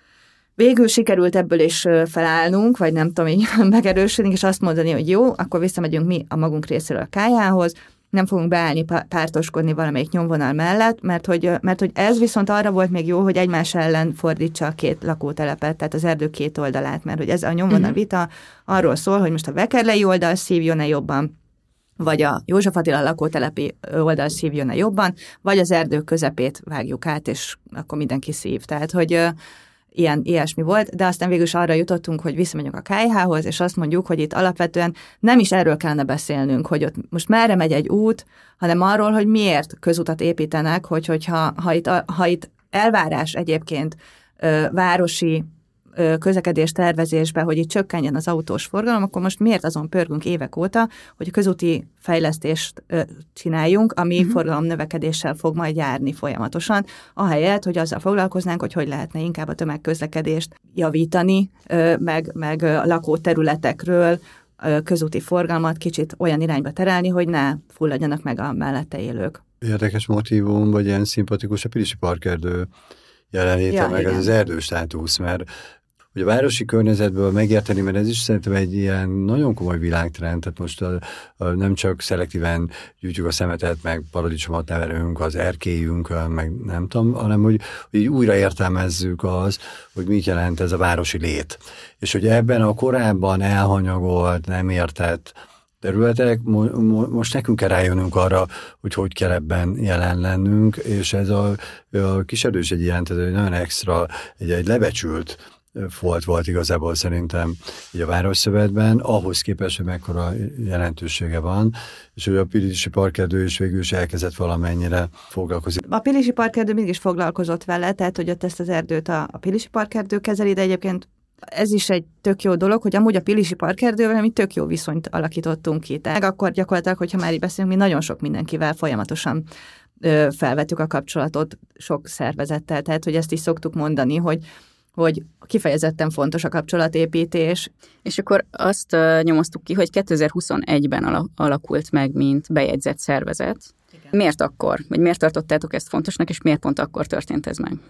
Végül sikerült ebből is felállnunk, vagy nem tudom, így megerősödni, és azt mondani, hogy jó, akkor visszamegyünk mi a magunk részéről a kályához, nem fogunk beállni, pártoskodni valamelyik nyomvonal mellett, mert hogy, mert hogy ez viszont arra volt még jó, hogy egymás ellen fordítsa a két lakótelepet, tehát az erdő két oldalát, mert hogy ez a nyomvonal vita arról szól, hogy most a vekerlei oldal szívjon-e jobban, vagy a József Attila lakótelepi oldal szívjon-e jobban, vagy az erdő közepét vágjuk át, és akkor mindenki szív. Tehát, hogy Ilyen, ilyesmi volt, de aztán végül is arra jutottunk, hogy visszamegyünk a ká há-hoz, és azt mondjuk, hogy itt alapvetően nem is erről kellene beszélnünk, hogy ott most merre megy egy út, hanem arról, hogy miért közutat építenek, hogy, hogyha ha itt, ha itt elvárás egyébként ö, városi ö, közlekedés tervezésbe, hogy itt csökkenjen az autós forgalom, akkor most miért azon pörgünk évek óta, hogy a közúti fejlesztést ö, csináljunk, ami uh-huh. forgalom növekedéssel fog majd járni folyamatosan, ahelyett, hogy azzal foglalkoznánk, hogy hogy lehetne inkább a tömegközlekedést javítani, ö, meg, meg a lakóterületekről ö, közúti forgalmat kicsit olyan irányba terelni, hogy ne fulladjanak meg a mellette élők. Érdekes motívum, vagy ilyen szimpatikus a Pilisi Parkerdő jelenléte, ja, meg igen. Ez az erdőstátusz, mert hogy a városi környezetből megérteni, mert ez is szerintem egy ilyen nagyon komoly világtrend, tehát most a, a, nem csak szelektíven gyűjtjük a szemetet, meg paradicsomot nevelünk az erkélyünkön, meg nem tudom, hanem hogy, hogy újra értelmezzük az, hogy mit jelent ez a városi lét. És hogy ebben a korábban elhanyagolt, nem értett területek, mo- mo- most nekünk kell rájönnünk arra, hogy hogy kell ebben jelen lennünk, és ez a, a Kiserdő is egy ilyen, tehát egy nagyon extra, egy, egy lebecsült volt, volt igazából szerintem így a Városszövetben, ahhoz képest, hogy mekkora jelentősége van, és hogy a Pilisi Parkerdő is végül is elkezdett valamennyire foglalkozni. A Pilisi Parkerdő mégis foglalkozott vele, tehát hogy ott ezt az erdőt a, a Pilisi Parkerdő kezeli, de egyébként ez is egy tök jó dolog, hogy amúgy a Pilisi Parkerdővel mi tök jó viszonyt alakítottunk ki. Tehát akkor gyakorlatilag, hogyha már így beszélünk, mi nagyon sok mindenkivel folyamatosan ö, felvettük a kapcsolatot sok szervezettel, tehát hogy ezt is szoktuk mondani, hogy hogy kifejezetten fontos a kapcsolatépítés. És akkor azt uh, nyomoztuk ki, hogy kétezer-huszonegyben alakult meg, mint bejegyzett szervezet. Igen. Miért akkor? Vagy miért tartottátok ezt fontosnak, és miért pont akkor történt ez meg?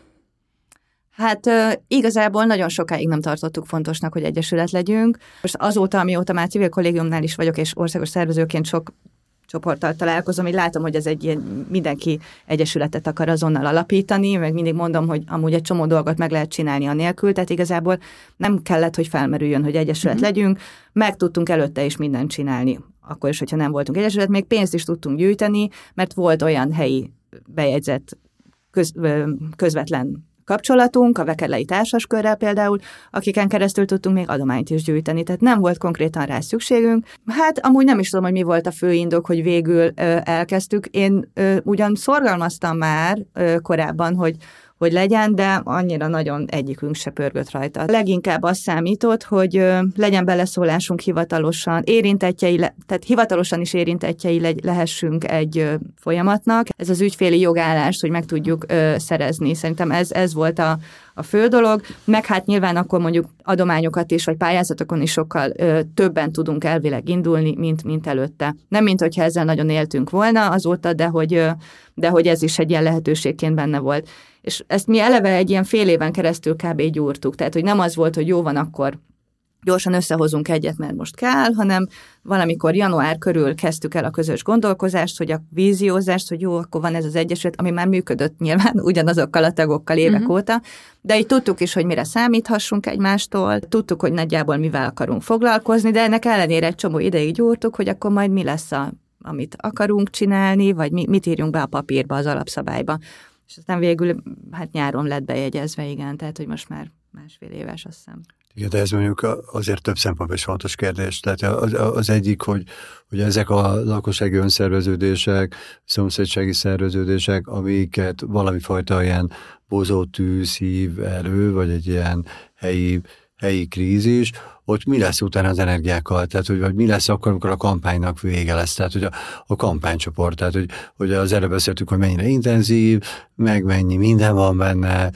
Hát uh, igazából nagyon sokáig nem tartottuk fontosnak, hogy egyesület legyünk. Most azóta, amióta már civil kollégiumnál is vagyok, és országos szervezőként sok csoporttal találkozom, így látom, hogy ez egy ilyen, mindenki egyesületet akar azonnal alapítani, meg mindig mondom, hogy amúgy egy csomó dolgot meg lehet csinálni anélkül, tehát igazából nem kellett, hogy felmerüljön, hogy egyesület mm-hmm. legyünk, meg tudtunk előtte is mindent csinálni, akkor is, hogyha nem voltunk egyesület, még pénzt is tudtunk gyűjteni, mert volt olyan helyi bejegyzett köz, közvetlen kapcsolatunk, a Vekerlei Társaskörrel például, akiken keresztül tudtunk még adományt is gyűjteni, tehát nem volt konkrétan rá szükségünk. Hát amúgy nem is tudom, hogy mi volt a fő indok, hogy végül ö, elkezdtük. Én ö, ugyan szorgalmaztam már ö, korábban, hogy hogy legyen, de annyira nagyon egyikünk se pörgött rajta. Leginkább az számított, hogy ö, legyen beleszólásunk hivatalosan, érintettjei, le, tehát hivatalosan is érintettjei le, lehessünk egy ö, folyamatnak. Ez az ügyféli jogállást, hogy meg tudjuk ö, szerezni. Szerintem ez, ez volt a, a fő dolog, meg hát nyilván akkor mondjuk adományokat is, vagy pályázatokon is sokkal ö, többen tudunk elvileg indulni, mint, mint előtte. Nem mint hogyha ezzel nagyon éltünk volna azóta, de hogy, ö, de hogy ez is egy ilyen lehetőségként benne volt. És ezt mi eleve egy ilyen fél éven keresztül kb. Gyúrtuk. Tehát, hogy nem az volt, hogy jó van, akkor gyorsan összehozunk egyet, mert most kell, hanem valamikor január körül kezdtük el a közös gondolkozást, hogy a víziózást, hogy jó, akkor van ez az egyesület, ami már működött nyilván ugyanazokkal a tagokkal évek uh-huh. óta, de így tudtuk is, hogy mire számíthassunk egymástól, tudtuk, hogy nagyjából mivel akarunk foglalkozni, de ennek ellenére egy csomó ideig gyúrtuk, hogy akkor majd mi lesz, a, amit akarunk csinálni, vagy mi, mit írjunk be a papírba, az alapszabályba. És aztán végül hát nyáron lett bejegyezve, igen, tehát hogy most már másfél éves, azt hiszem. Igen, de ez mondjuk azért több szempontból is fontos kérdés. Tehát az, az egyik, hogy, hogy ezek a lakossági önszerveződések, szomszédsági szerveződések, amiket valami fajta ilyen bozótűz hív elő, vagy egy ilyen helyi, helyi krízis, ott mi lesz utána az energiákkal, tehát hogy vagy mi lesz akkor, amikor a kampánynak vége lesz, tehát hogy a, a kampánycsoport, tehát hogy, hogy az előbb beszéltük, hogy mennyire intenzív, meg mennyi minden van benne,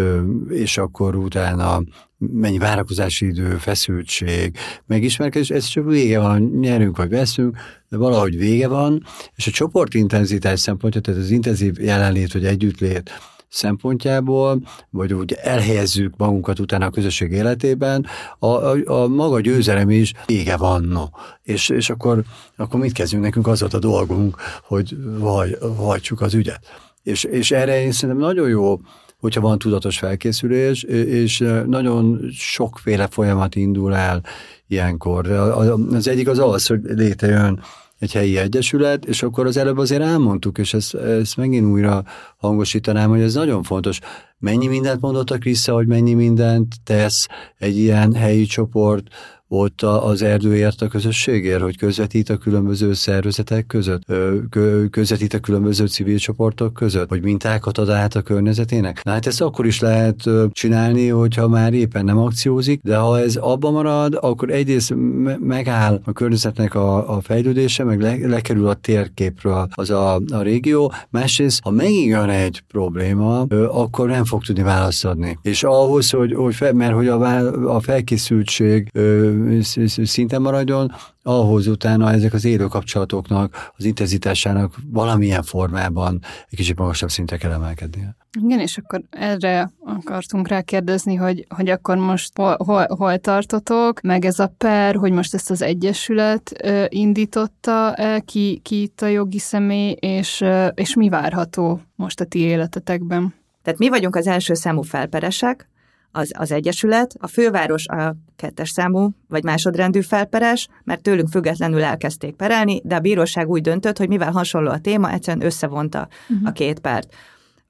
és akkor utána mennyi várakozási idő, feszültség, megismerkedés, ez csak vége van, nyerünk vagy veszünk, de valahogy vége van, és a csoportintenzitás szempontja, tehát az intenzív jelenlét, vagy együttlét szempontjából, vagy úgy elhelyezzük magunkat utána a közösség életében, a, a, a maga győzelem is vége van, no. És, és akkor, akkor mit kezdjünk? Nekünk az volt a dolgunk, hogy vaj, hajtsuk az ügyet. És, és erre én szerintem nagyon jó, hogyha van tudatos felkészülés, és nagyon sokféle folyamat indul el ilyenkor. Az egyik az az, hogy létrejön egy helyi egyesület, és akkor az előbb azért elmondtuk, és ezt, ezt megint újra hangosítanám, hogy ez nagyon fontos. Mennyi mindent mondottak vissza, hogy mennyi mindent tesz egy ilyen helyi csoport ott az erdőért, a közösségért, hogy közvetít a különböző szervezetek között, közvetít a különböző civil csoportok között, hogy mintákat ad át a környezetének. Na hát ezt akkor is lehet csinálni, hogyha már éppen nem akciózik, de ha ez abba marad, akkor egyrészt megáll a környezetnek a, a fejlődése, meg le, lekerül a térképről az a, a régió, másrészt, ha megint jön egy probléma, akkor nem fog tudni választ adni. És ahhoz, hogy, hogy fel, mert hogy a, a felkészültség szinten maradjon, ahhoz utána ezek az élő kapcsolatoknak, az intenzitásának valamilyen formában egy kicsit magasabb szintre kell emelkednie. Igen, és akkor erre akartunk rákérdezni, hogy, hogy akkor most hol, hol, hol tartotok, meg ez a per, hogy most ezt az egyesület uh, indította el, ki, ki itt a jogi személy, és, uh, és mi várható most a ti életetekben? Tehát mi vagyunk az első számú felperesek, Az, az egyesület, a főváros a kettes számú, vagy másodrendű felperes, mert tőlünk függetlenül elkezdték perelni, de a bíróság úgy döntött, hogy mivel hasonló a téma, egyszerűen összevonta uh-huh. a két pert.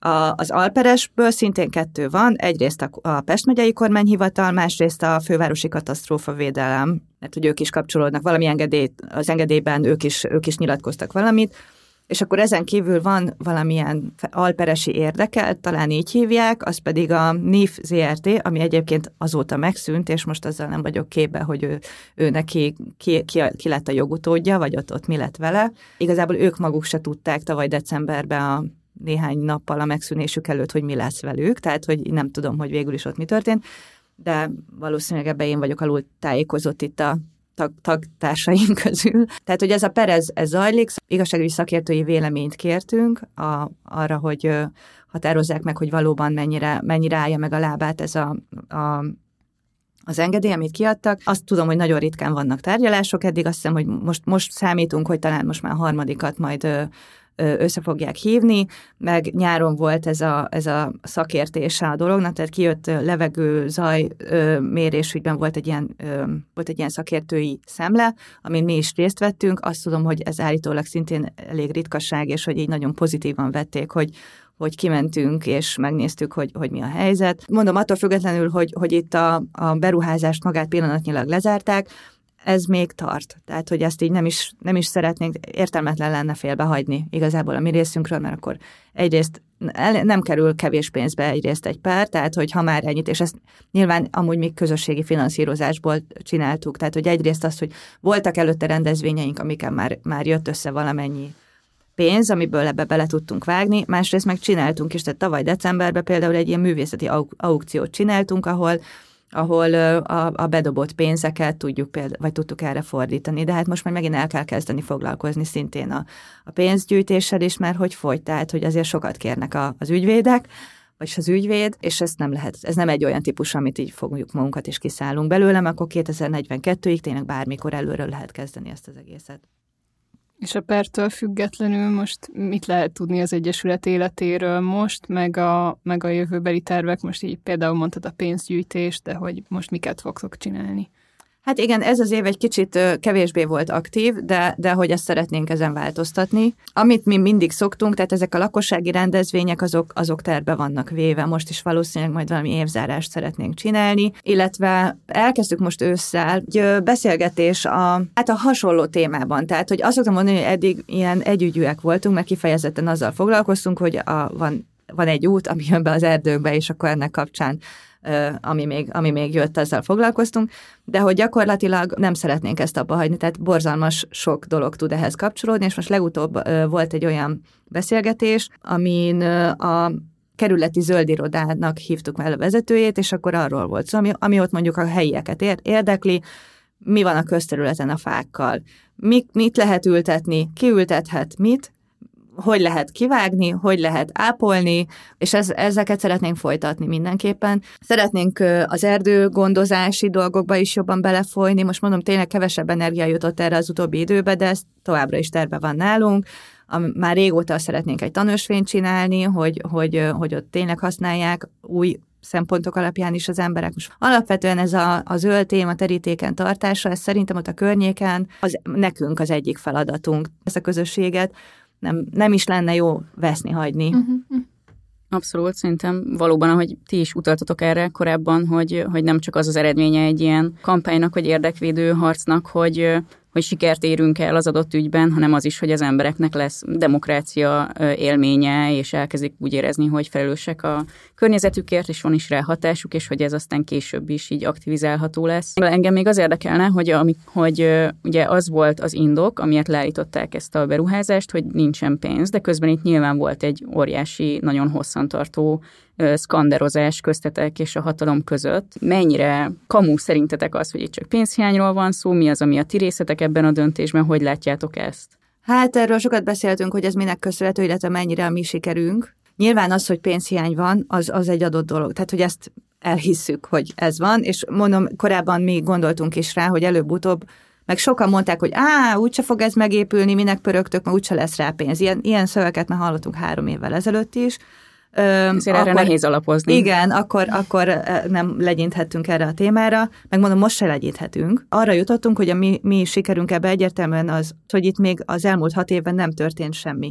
A, az Alperesből szintén kettő van, egyrészt a, a Pest megyei kormányhivatal, másrészt a fővárosi katasztrófavédelem, mert hogy ők is kapcsolódnak, valami engedélyt, az engedélyben ők is, ők is nyilatkoztak valamit, és akkor ezen kívül van valamilyen alperesi érdekelt, talán így hívják, az pedig a NIF zé er té, ami egyébként azóta megszűnt, és most azzal nem vagyok képbe, hogy ő, ő neki ki, ki, ki lett a jogutódja, vagy ott, ott mi lett vele. Igazából ők maguk se tudták tavaly decemberben a néhány nappal a megszűnésük előtt, hogy mi lesz velük, tehát hogy nem tudom, hogy végül is ott mi történt, de valószínűleg ebben én vagyok alul tájékozott itt a tag, tagtársaink közül. Tehát, hogy ez a per, ez, ez zajlik, igazságügyi szakértői véleményt kértünk a, arra, hogy ö, határozzák meg, hogy valóban mennyire, mennyire állja meg a lábát ez a, a az engedély, amit kiadtak. Azt tudom, hogy nagyon ritkán vannak tárgyalások, eddig azt hiszem, hogy most, most számítunk, hogy talán most már a harmadikat majd ö, össze fogják hívni, meg nyáron volt ez a, ez a szakértése a dolognak, tehát kijött levegő, zaj mérésügyben volt egy ilyen, volt egy ilyen szakértői szemle, amin mi is részt vettünk. Azt tudom, hogy ez állítólag szintén elég ritkaság, és hogy így nagyon pozitívan vették, hogy hogy kimentünk, és megnéztük, hogy, hogy mi a helyzet. Mondom, attól függetlenül, hogy, hogy itt a, a beruházást magát pillanatnyilag lezárták, ez még tart. Tehát, hogy ezt így nem is, nem is szeretnénk, értelmetlen lenne félbehagyni igazából a mi részünkről, mert akkor egyrészt nem kerül kevés pénzbe egyrészt egy pár, tehát, hogy ha már ennyit, és ezt nyilván amúgy még közösségi finanszírozásból csináltuk, tehát, hogy egyrészt az, hogy voltak előtte rendezvényeink, amiken már, már jött össze valamennyi pénz, amiből ebbe bele tudtunk vágni, másrészt meg csináltunk is, tehát tavaly decemberben például egy ilyen művészeti auk- aukciót csináltunk, ahol ahol a, a bedobott pénzeket tudjuk például, vagy tudtuk erre fordítani, de hát most már megint el kell kezdeni foglalkozni szintén a, a pénzgyűjtéssel is, mert hogy folyt, tehát hogy azért sokat kérnek a, az ügyvédek, vagy az ügyvéd, és ez nem lehet, ez nem egy olyan típus, amit így fogjuk magunkat és kiszállunk belőlem, akkor kétezer-negyvenkettőig tényleg bármikor előről lehet kezdeni ezt az egészet. És a pertől függetlenül most mit lehet tudni az Egyesület életéről most, meg a, meg a jövőbeli tervek, most így például mondtad a pénzgyűjtést, de hogy most miket fogtok csinálni? Hát igen, ez az év egy kicsit kevésbé volt aktív, de, de hogy ezt szeretnénk ezen változtatni. Amit mi mindig szoktunk, tehát ezek a lakossági rendezvények, azok, azok terve vannak véve. Most is valószínűleg majd valami évzárást szeretnénk csinálni, illetve elkezdtük most ősszel egy beszélgetés a, hát a hasonló témában. Tehát, hogy azt szoktam mondani, hogy eddig ilyen együgyűek voltunk, mert kifejezetten azzal foglalkoztunk, hogy a, van, van egy út, ami jön be az erdőkbe, és akkor ennek kapcsán Ami még, ami még jött, ezzel foglalkoztunk, de hogy gyakorlatilag nem szeretnénk ezt abba hagyni, tehát borzalmas sok dolog tud ehhez kapcsolódni, és most legutóbb volt egy olyan beszélgetés, amin a kerületi zöldirodának hívtuk el a vezetőjét, és akkor arról volt szó, ami, ami ott mondjuk a helyieket érdekli, mi van a közterületen a fákkal, mi, mit lehet ültetni, ki ültethet mit, hogy lehet kivágni, hogy lehet ápolni, és ez, ezeket szeretnénk folytatni mindenképpen. Szeretnénk az erdőgondozási dolgokba is jobban belefolyni. Most mondom, tényleg kevesebb energia jutott erre az utóbbi időbe, de ez továbbra is terve van nálunk. Már régóta szeretnénk egy tanösvényt csinálni, hogy, hogy, hogy ott tényleg használják új szempontok alapján is az emberek. Most alapvetően ez a, a zöld téma terítéken tartása, ez szerintem ott a környéken az, nekünk az egyik feladatunk, ezt a közösséget Nem, nem is lenne jó veszni, hagyni. Uh-huh. Abszolút, szerintem valóban, ahogy ti is utaltatok erre korábban, hogy, hogy nem csak az az eredménye egy ilyen kampánynak, vagy érdekvédő harcnak, hogy, hogy sikert érünk el az adott ügyben, hanem az is, hogy az embereknek lesz demokrácia élménye, és elkezdik úgy érezni, hogy felelősek a környezetükért, és van is rá hatásuk, és hogy ez aztán később is így aktivizálható lesz. Engem még az érdekelne, hogy, hogy, hogy ugye az volt az indok, amiért leállították ezt a beruházást, hogy nincsen pénz, de közben itt nyilván volt egy óriási, nagyon hosszantartó szkanderozás köztetek és a hatalom között. Mennyire kamu szerintetek az, hogy itt csak pénzhiányról van szó, mi az, ami a ti részetek ebben a döntésben, hogy látjátok ezt? Hát erről sokat beszéltünk, hogy ez minek köszönhető, illetve mennyire a mi sikerünk. Nyilván az, hogy pénzhiány van, az, az egy adott dolog. Tehát, hogy ezt elhisszük, hogy ez van, és mondom, korábban mi gondoltunk is rá, hogy előbb-utóbb, meg sokan mondták, hogy á, úgyse fog ez megépülni, minek pörögtök, mert úgyse lesz rá pénz. Ilyen, ilyen szöveket már hallottunk három évvel ezelőtt is. Ezért erre nehéz alapozni. Igen, akkor, akkor nem legyinthettünk erre a témára, megmondom, most se legyinthetünk. Arra jutottunk, hogy a mi, mi sikerünk ebbe egyértelműen az, hogy itt még az elmúlt hat évben nem történt semmi.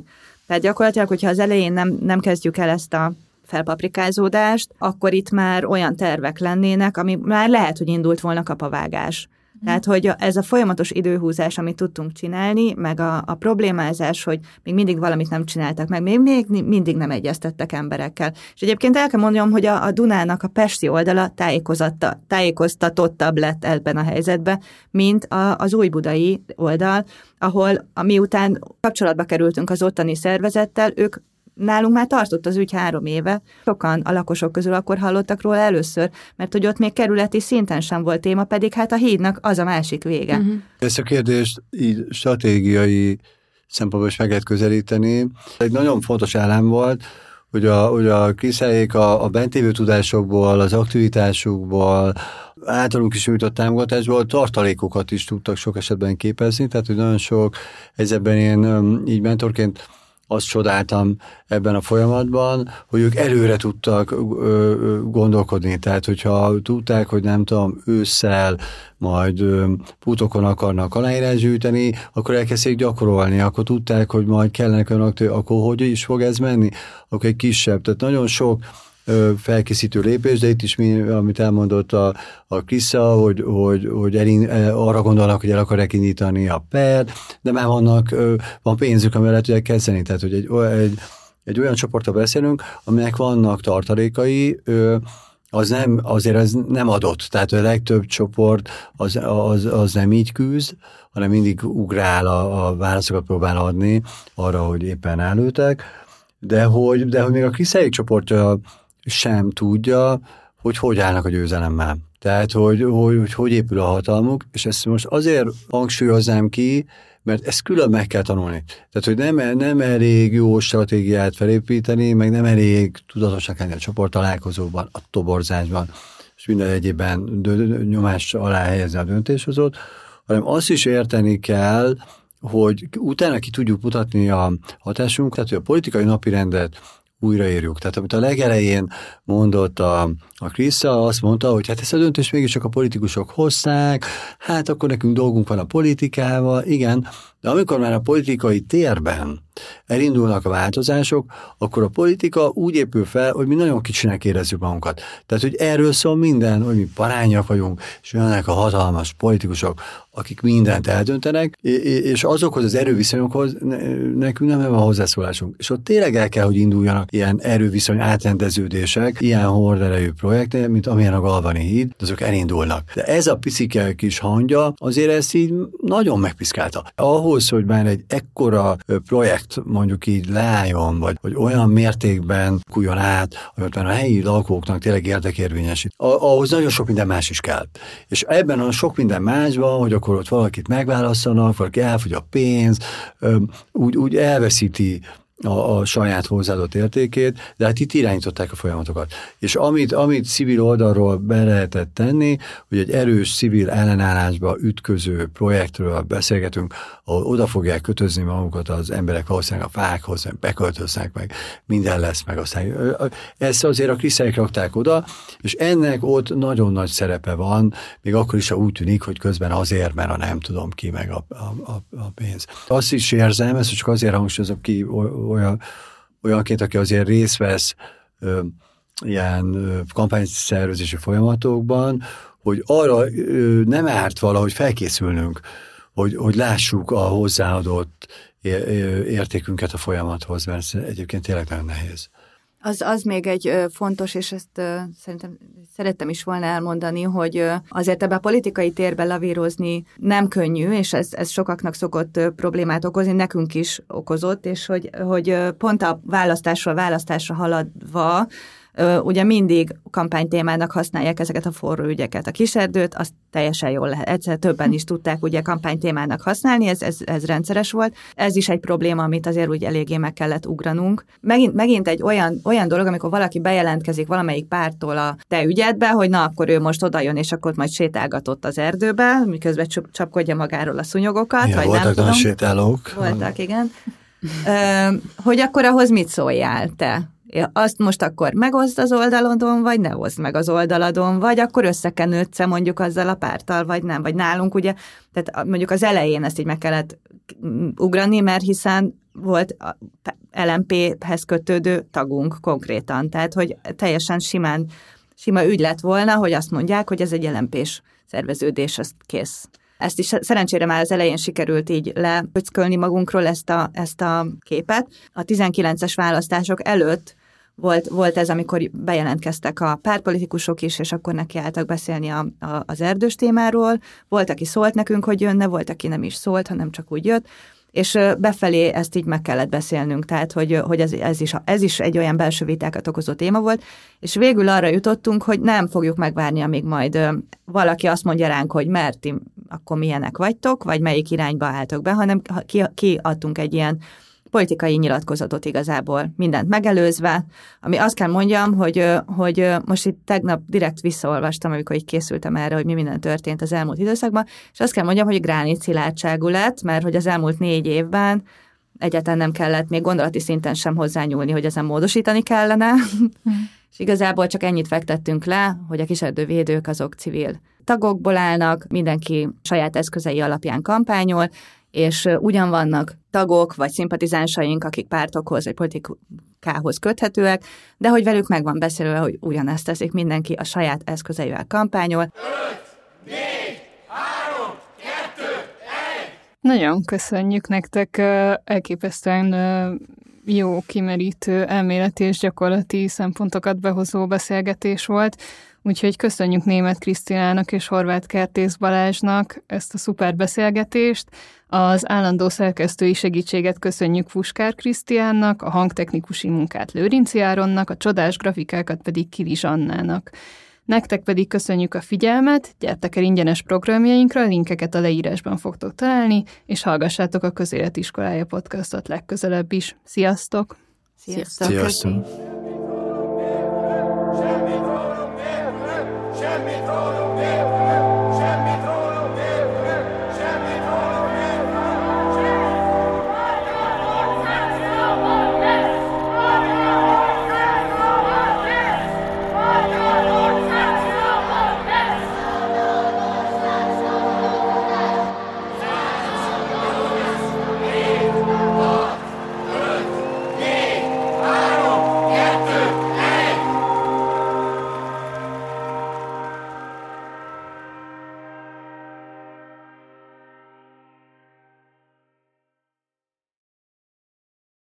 Tehát gyakorlatilag, hogyha az elején nem, nem kezdjük el ezt a felpaprikázódást, akkor itt már olyan tervek lennének, ami már lehet, hogy indult volna kapavágás. Tehát, hogy ez a folyamatos időhúzás, amit tudtunk csinálni, meg a, a problémázás, hogy még mindig valamit nem csináltak meg, még, még mindig nem egyeztettek emberekkel. És egyébként el kell mondjam, hogy a, a Dunának a pesti oldala tájékoztatottabb lett ebben a helyzetben, mint a, az újbudai oldal, ahol miután kapcsolatba kerültünk az ottani szervezettel, ők nálunk már tartott az ügy három éve. Sokan a lakosok közül akkor hallottak róla először, mert hogy ott még kerületi szinten sem volt téma, pedig hát a hídnak az a másik vége. Uh-huh. Ezt a kérdést így stratégiai szempontból is meg lehet közelíteni. Egy nagyon fontos elem volt, hogy a, hogy a krisztályék a, a bentévő tudásokból, az aktivitásukból, általunk is nyújtott támogatásból tartalékokat is tudtak sok esetben képezni, tehát hogy nagyon sok helyzetben én így mentorként azt csodáltam ebben a folyamatban, hogy ők előre tudtak ö, gondolkodni. Tehát, hogyha tudták, hogy nem tudom, ősszel majd ö, putokon akarnak aláírás gyűjteni, akkor elkezdték gyakorolni, akkor tudták, hogy majd kellenek önök, akkor hogy is fog ez menni? Akkor egy kisebb. Tehát nagyon sok felkészítő lépés, de itt is, mi, amit elmondott a, a Krisza, hogy, hogy, hogy elin, arra gondolnak, hogy el akarják indítani a pert, de már vannak, van pénzük, amivel el tudják kezdeni. Tehát, hogy egy, egy, egy olyan csoporttal beszélünk, aminek vannak tartalékai, az nem, azért ez nem adott. Tehát a legtöbb csoport az, az, az nem így küzd, hanem mindig ugrál, a, a válaszokat próbál adni arra, hogy éppen előtek, de hogy, de hogy még a Kriszályék csoportja sem tudja, hogy hogy állnak a győzelemmel. Tehát, hogy hogy, hogy hogy épül a hatalmuk, és ezt most azért hangsúlyoznám ki, mert ezt külön meg kell tanulni. Tehát, hogy nem, nem elég jó stratégiát felépíteni, meg nem elég tudatosnak lenni a csoporttalálkozóban, a toborzásban, és minden egyébben nyomás alá helyezni a döntéshozót, hanem azt is érteni kell, hogy utána ki tudjuk mutatni a hatásunkat, tehát, hogy a politikai napirendet újraírjuk. Tehát amit a legelején mondott a, a Krisza, azt mondta, hogy hát ezt a döntést mégiscsak a politikusok hozták, hát akkor nekünk dolgunk van a politikával, igen, de amikor már a politikai térben elindulnak a változások, akkor a politika úgy épül fel, hogy mi nagyon kicsinek érezzük magunkat. Tehát, hogy erről szól minden, hogy mi parányak vagyunk, és jönnek a hatalmas politikusok, akik mindent eldöntenek, és azokhoz az erőviszonyokhoz nekünk nem van hozzászólásunk. És ott tényleg el kell, hogy induljanak ilyen erőviszony átrendeződések, ilyen horderejű projektek, mint amilyen a Galvani híd, azok elindulnak. De ez a picike kis hangja azért ezt így nagyon megpiszkálta. Ahhoz, hogy már egy ekkora projekt mondjuk így leálljon, vagy, vagy olyan mértékben kuljon át, hogy ott már a helyi lakóknak tényleg érdekérvényesít. Ahhoz nagyon sok minden más is kell. És ebben a sok minden másban, hogy akkor ott valakit megválasztanak, valaki elfogy a pénz, úgy, úgy elveszíti A, a saját hozzáadott értékét, de hát itt irányították a folyamatokat. És amit, amit civil oldalról be lehetett tenni, hogy egy erős civil ellenállásba ütköző projektről beszélgetünk, ahol oda fogják kötözni magukat az emberek valószínűleg a fákhoz, beköltöznek meg, minden lesz meg. Aztán ezt azért a krisztályok rakták oda, és ennek ott nagyon nagy szerepe van, még akkor is, ha úgy tűnik, hogy közben azért, mert a nem tudom ki, meg a, a, a, a pénz. Azt is érzem, ezt csak azért hangsúlyozom ki, olyan, olyanként, aki azért részt vesz ö, ilyen ö, kampányszervezési folyamatokban, hogy arra ö, nem árt valahogy felkészülnünk, hogy, hogy lássuk a hozzáadott értékünket a folyamathoz, mert egyébként tényleg nagyon nehéz. Az, az még egy fontos, és ezt uh, szerintem szerettem is volna elmondani, hogy uh, azért ebbe a politikai térbe lavírozni nem könnyű, és ez, ez sokaknak szokott uh, problémát okozni, nekünk is okozott, és hogy, hogy uh, pont a választásról választásra haladva Uh, ugye mindig kampánytémának használják ezeket a forró ügyeket. A Kiserdőt, azt teljesen jól lehet. Egyszer többen is tudták ugye kampánytémának használni, ez, ez, ez rendszeres volt. Ez is egy probléma, amit azért úgy eléggé meg kellett ugranunk. Megint, megint egy olyan, olyan dolog, amikor valaki bejelentkezik valamelyik pártól a te ügyedbe, hogy na, akkor ő most odajön, és akkor majd sétálgatott az erdőbe, miközben csapkodja magáról a szúnyogokat. Ja, vagy voltak nem tudom. sétálók. Voltak, igen. Uh, hogy akkor ahhoz mit szóljál te? azt most akkor megoszd az oldalodon, vagy ne oszd meg az oldaladon, vagy akkor összekenődsz mondjuk azzal a párttal, vagy nem, vagy nálunk ugye, tehát mondjuk az elején ezt így meg kellett ugrani, mert hiszen volt el em pé-hez kötődő tagunk konkrétan, tehát hogy teljesen simán, sima ügy lett volna, hogy azt mondják, hogy ez egy el em pés szerveződés, az kész. Ezt is szerencsére már az elején sikerült így lepöckölni magunkról ezt a, ezt a képet. A tizenkilences választások előtt volt, volt ez, amikor bejelentkeztek a pártpolitikusok is, és akkor nekiálltak beszélni a, a, az erdős témáról. Volt, aki szólt nekünk, hogy jönne, volt, aki nem is szólt, hanem csak úgy jött. És befelé ezt így meg kellett beszélnünk, tehát hogy, hogy ez, ez, is, ez is egy olyan belső vitákat okozó téma volt, és végül arra jutottunk, hogy nem fogjuk megvárni, amíg majd valaki azt mondja ránk, hogy mert ti akkor milyenek vagytok, vagy melyik irányba álltok be, hanem kiadtunk ki egy ilyen politikai nyilatkozatot igazából, mindent megelőzve, ami azt kell mondjam, hogy, hogy most itt tegnap direkt visszaolvastam, amikor így készültem erre, hogy mi minden történt az elmúlt időszakban, és azt kell mondjam, hogy gránit szilárdságú lett, mert hogy az elmúlt négy évben egyáltalán nem kellett még gondolati szinten sem hozzányúlni, hogy ezen módosítani kellene, és igazából csak ennyit fektettünk le, hogy a kiserdővédők azok civil tagokból állnak, mindenki saját eszközei alapján kampányol, és ugyan vannak tagok vagy szimpatizánsaink, akik pártokhoz vagy politikához köthetőek, de hogy velük meg van beszélve, hogy ugyanezt teszik, mindenki a saját eszközeivel kampányol. öt, négy, három, kettő, egy. Nagyon köszönjük nektek, elképesztően jó, kimerítő elméleti és gyakorlati szempontokat behozó beszélgetés volt. Úgyhogy köszönjük Németh Krisztinának és Horváth Kertész Balázsnak ezt a szuper beszélgetést. Az állandó szerkesztői segítséget köszönjük Fuskár Krisztiánnak, a hangtechnikusi munkát Lőrinci Áronnak, a csodás grafikákat pedig Kili Zsannának. Nektek pedig köszönjük a figyelmet, gyertek el ingyenes programjainkra, linkeket a leírásban fogtok találni, és hallgassátok a Közéleti Iskolája podcastot legközelebb is. Sziasztok! Sziasztok! Sziasztok. Semmit rólunk nélkülünk, semmit rólunk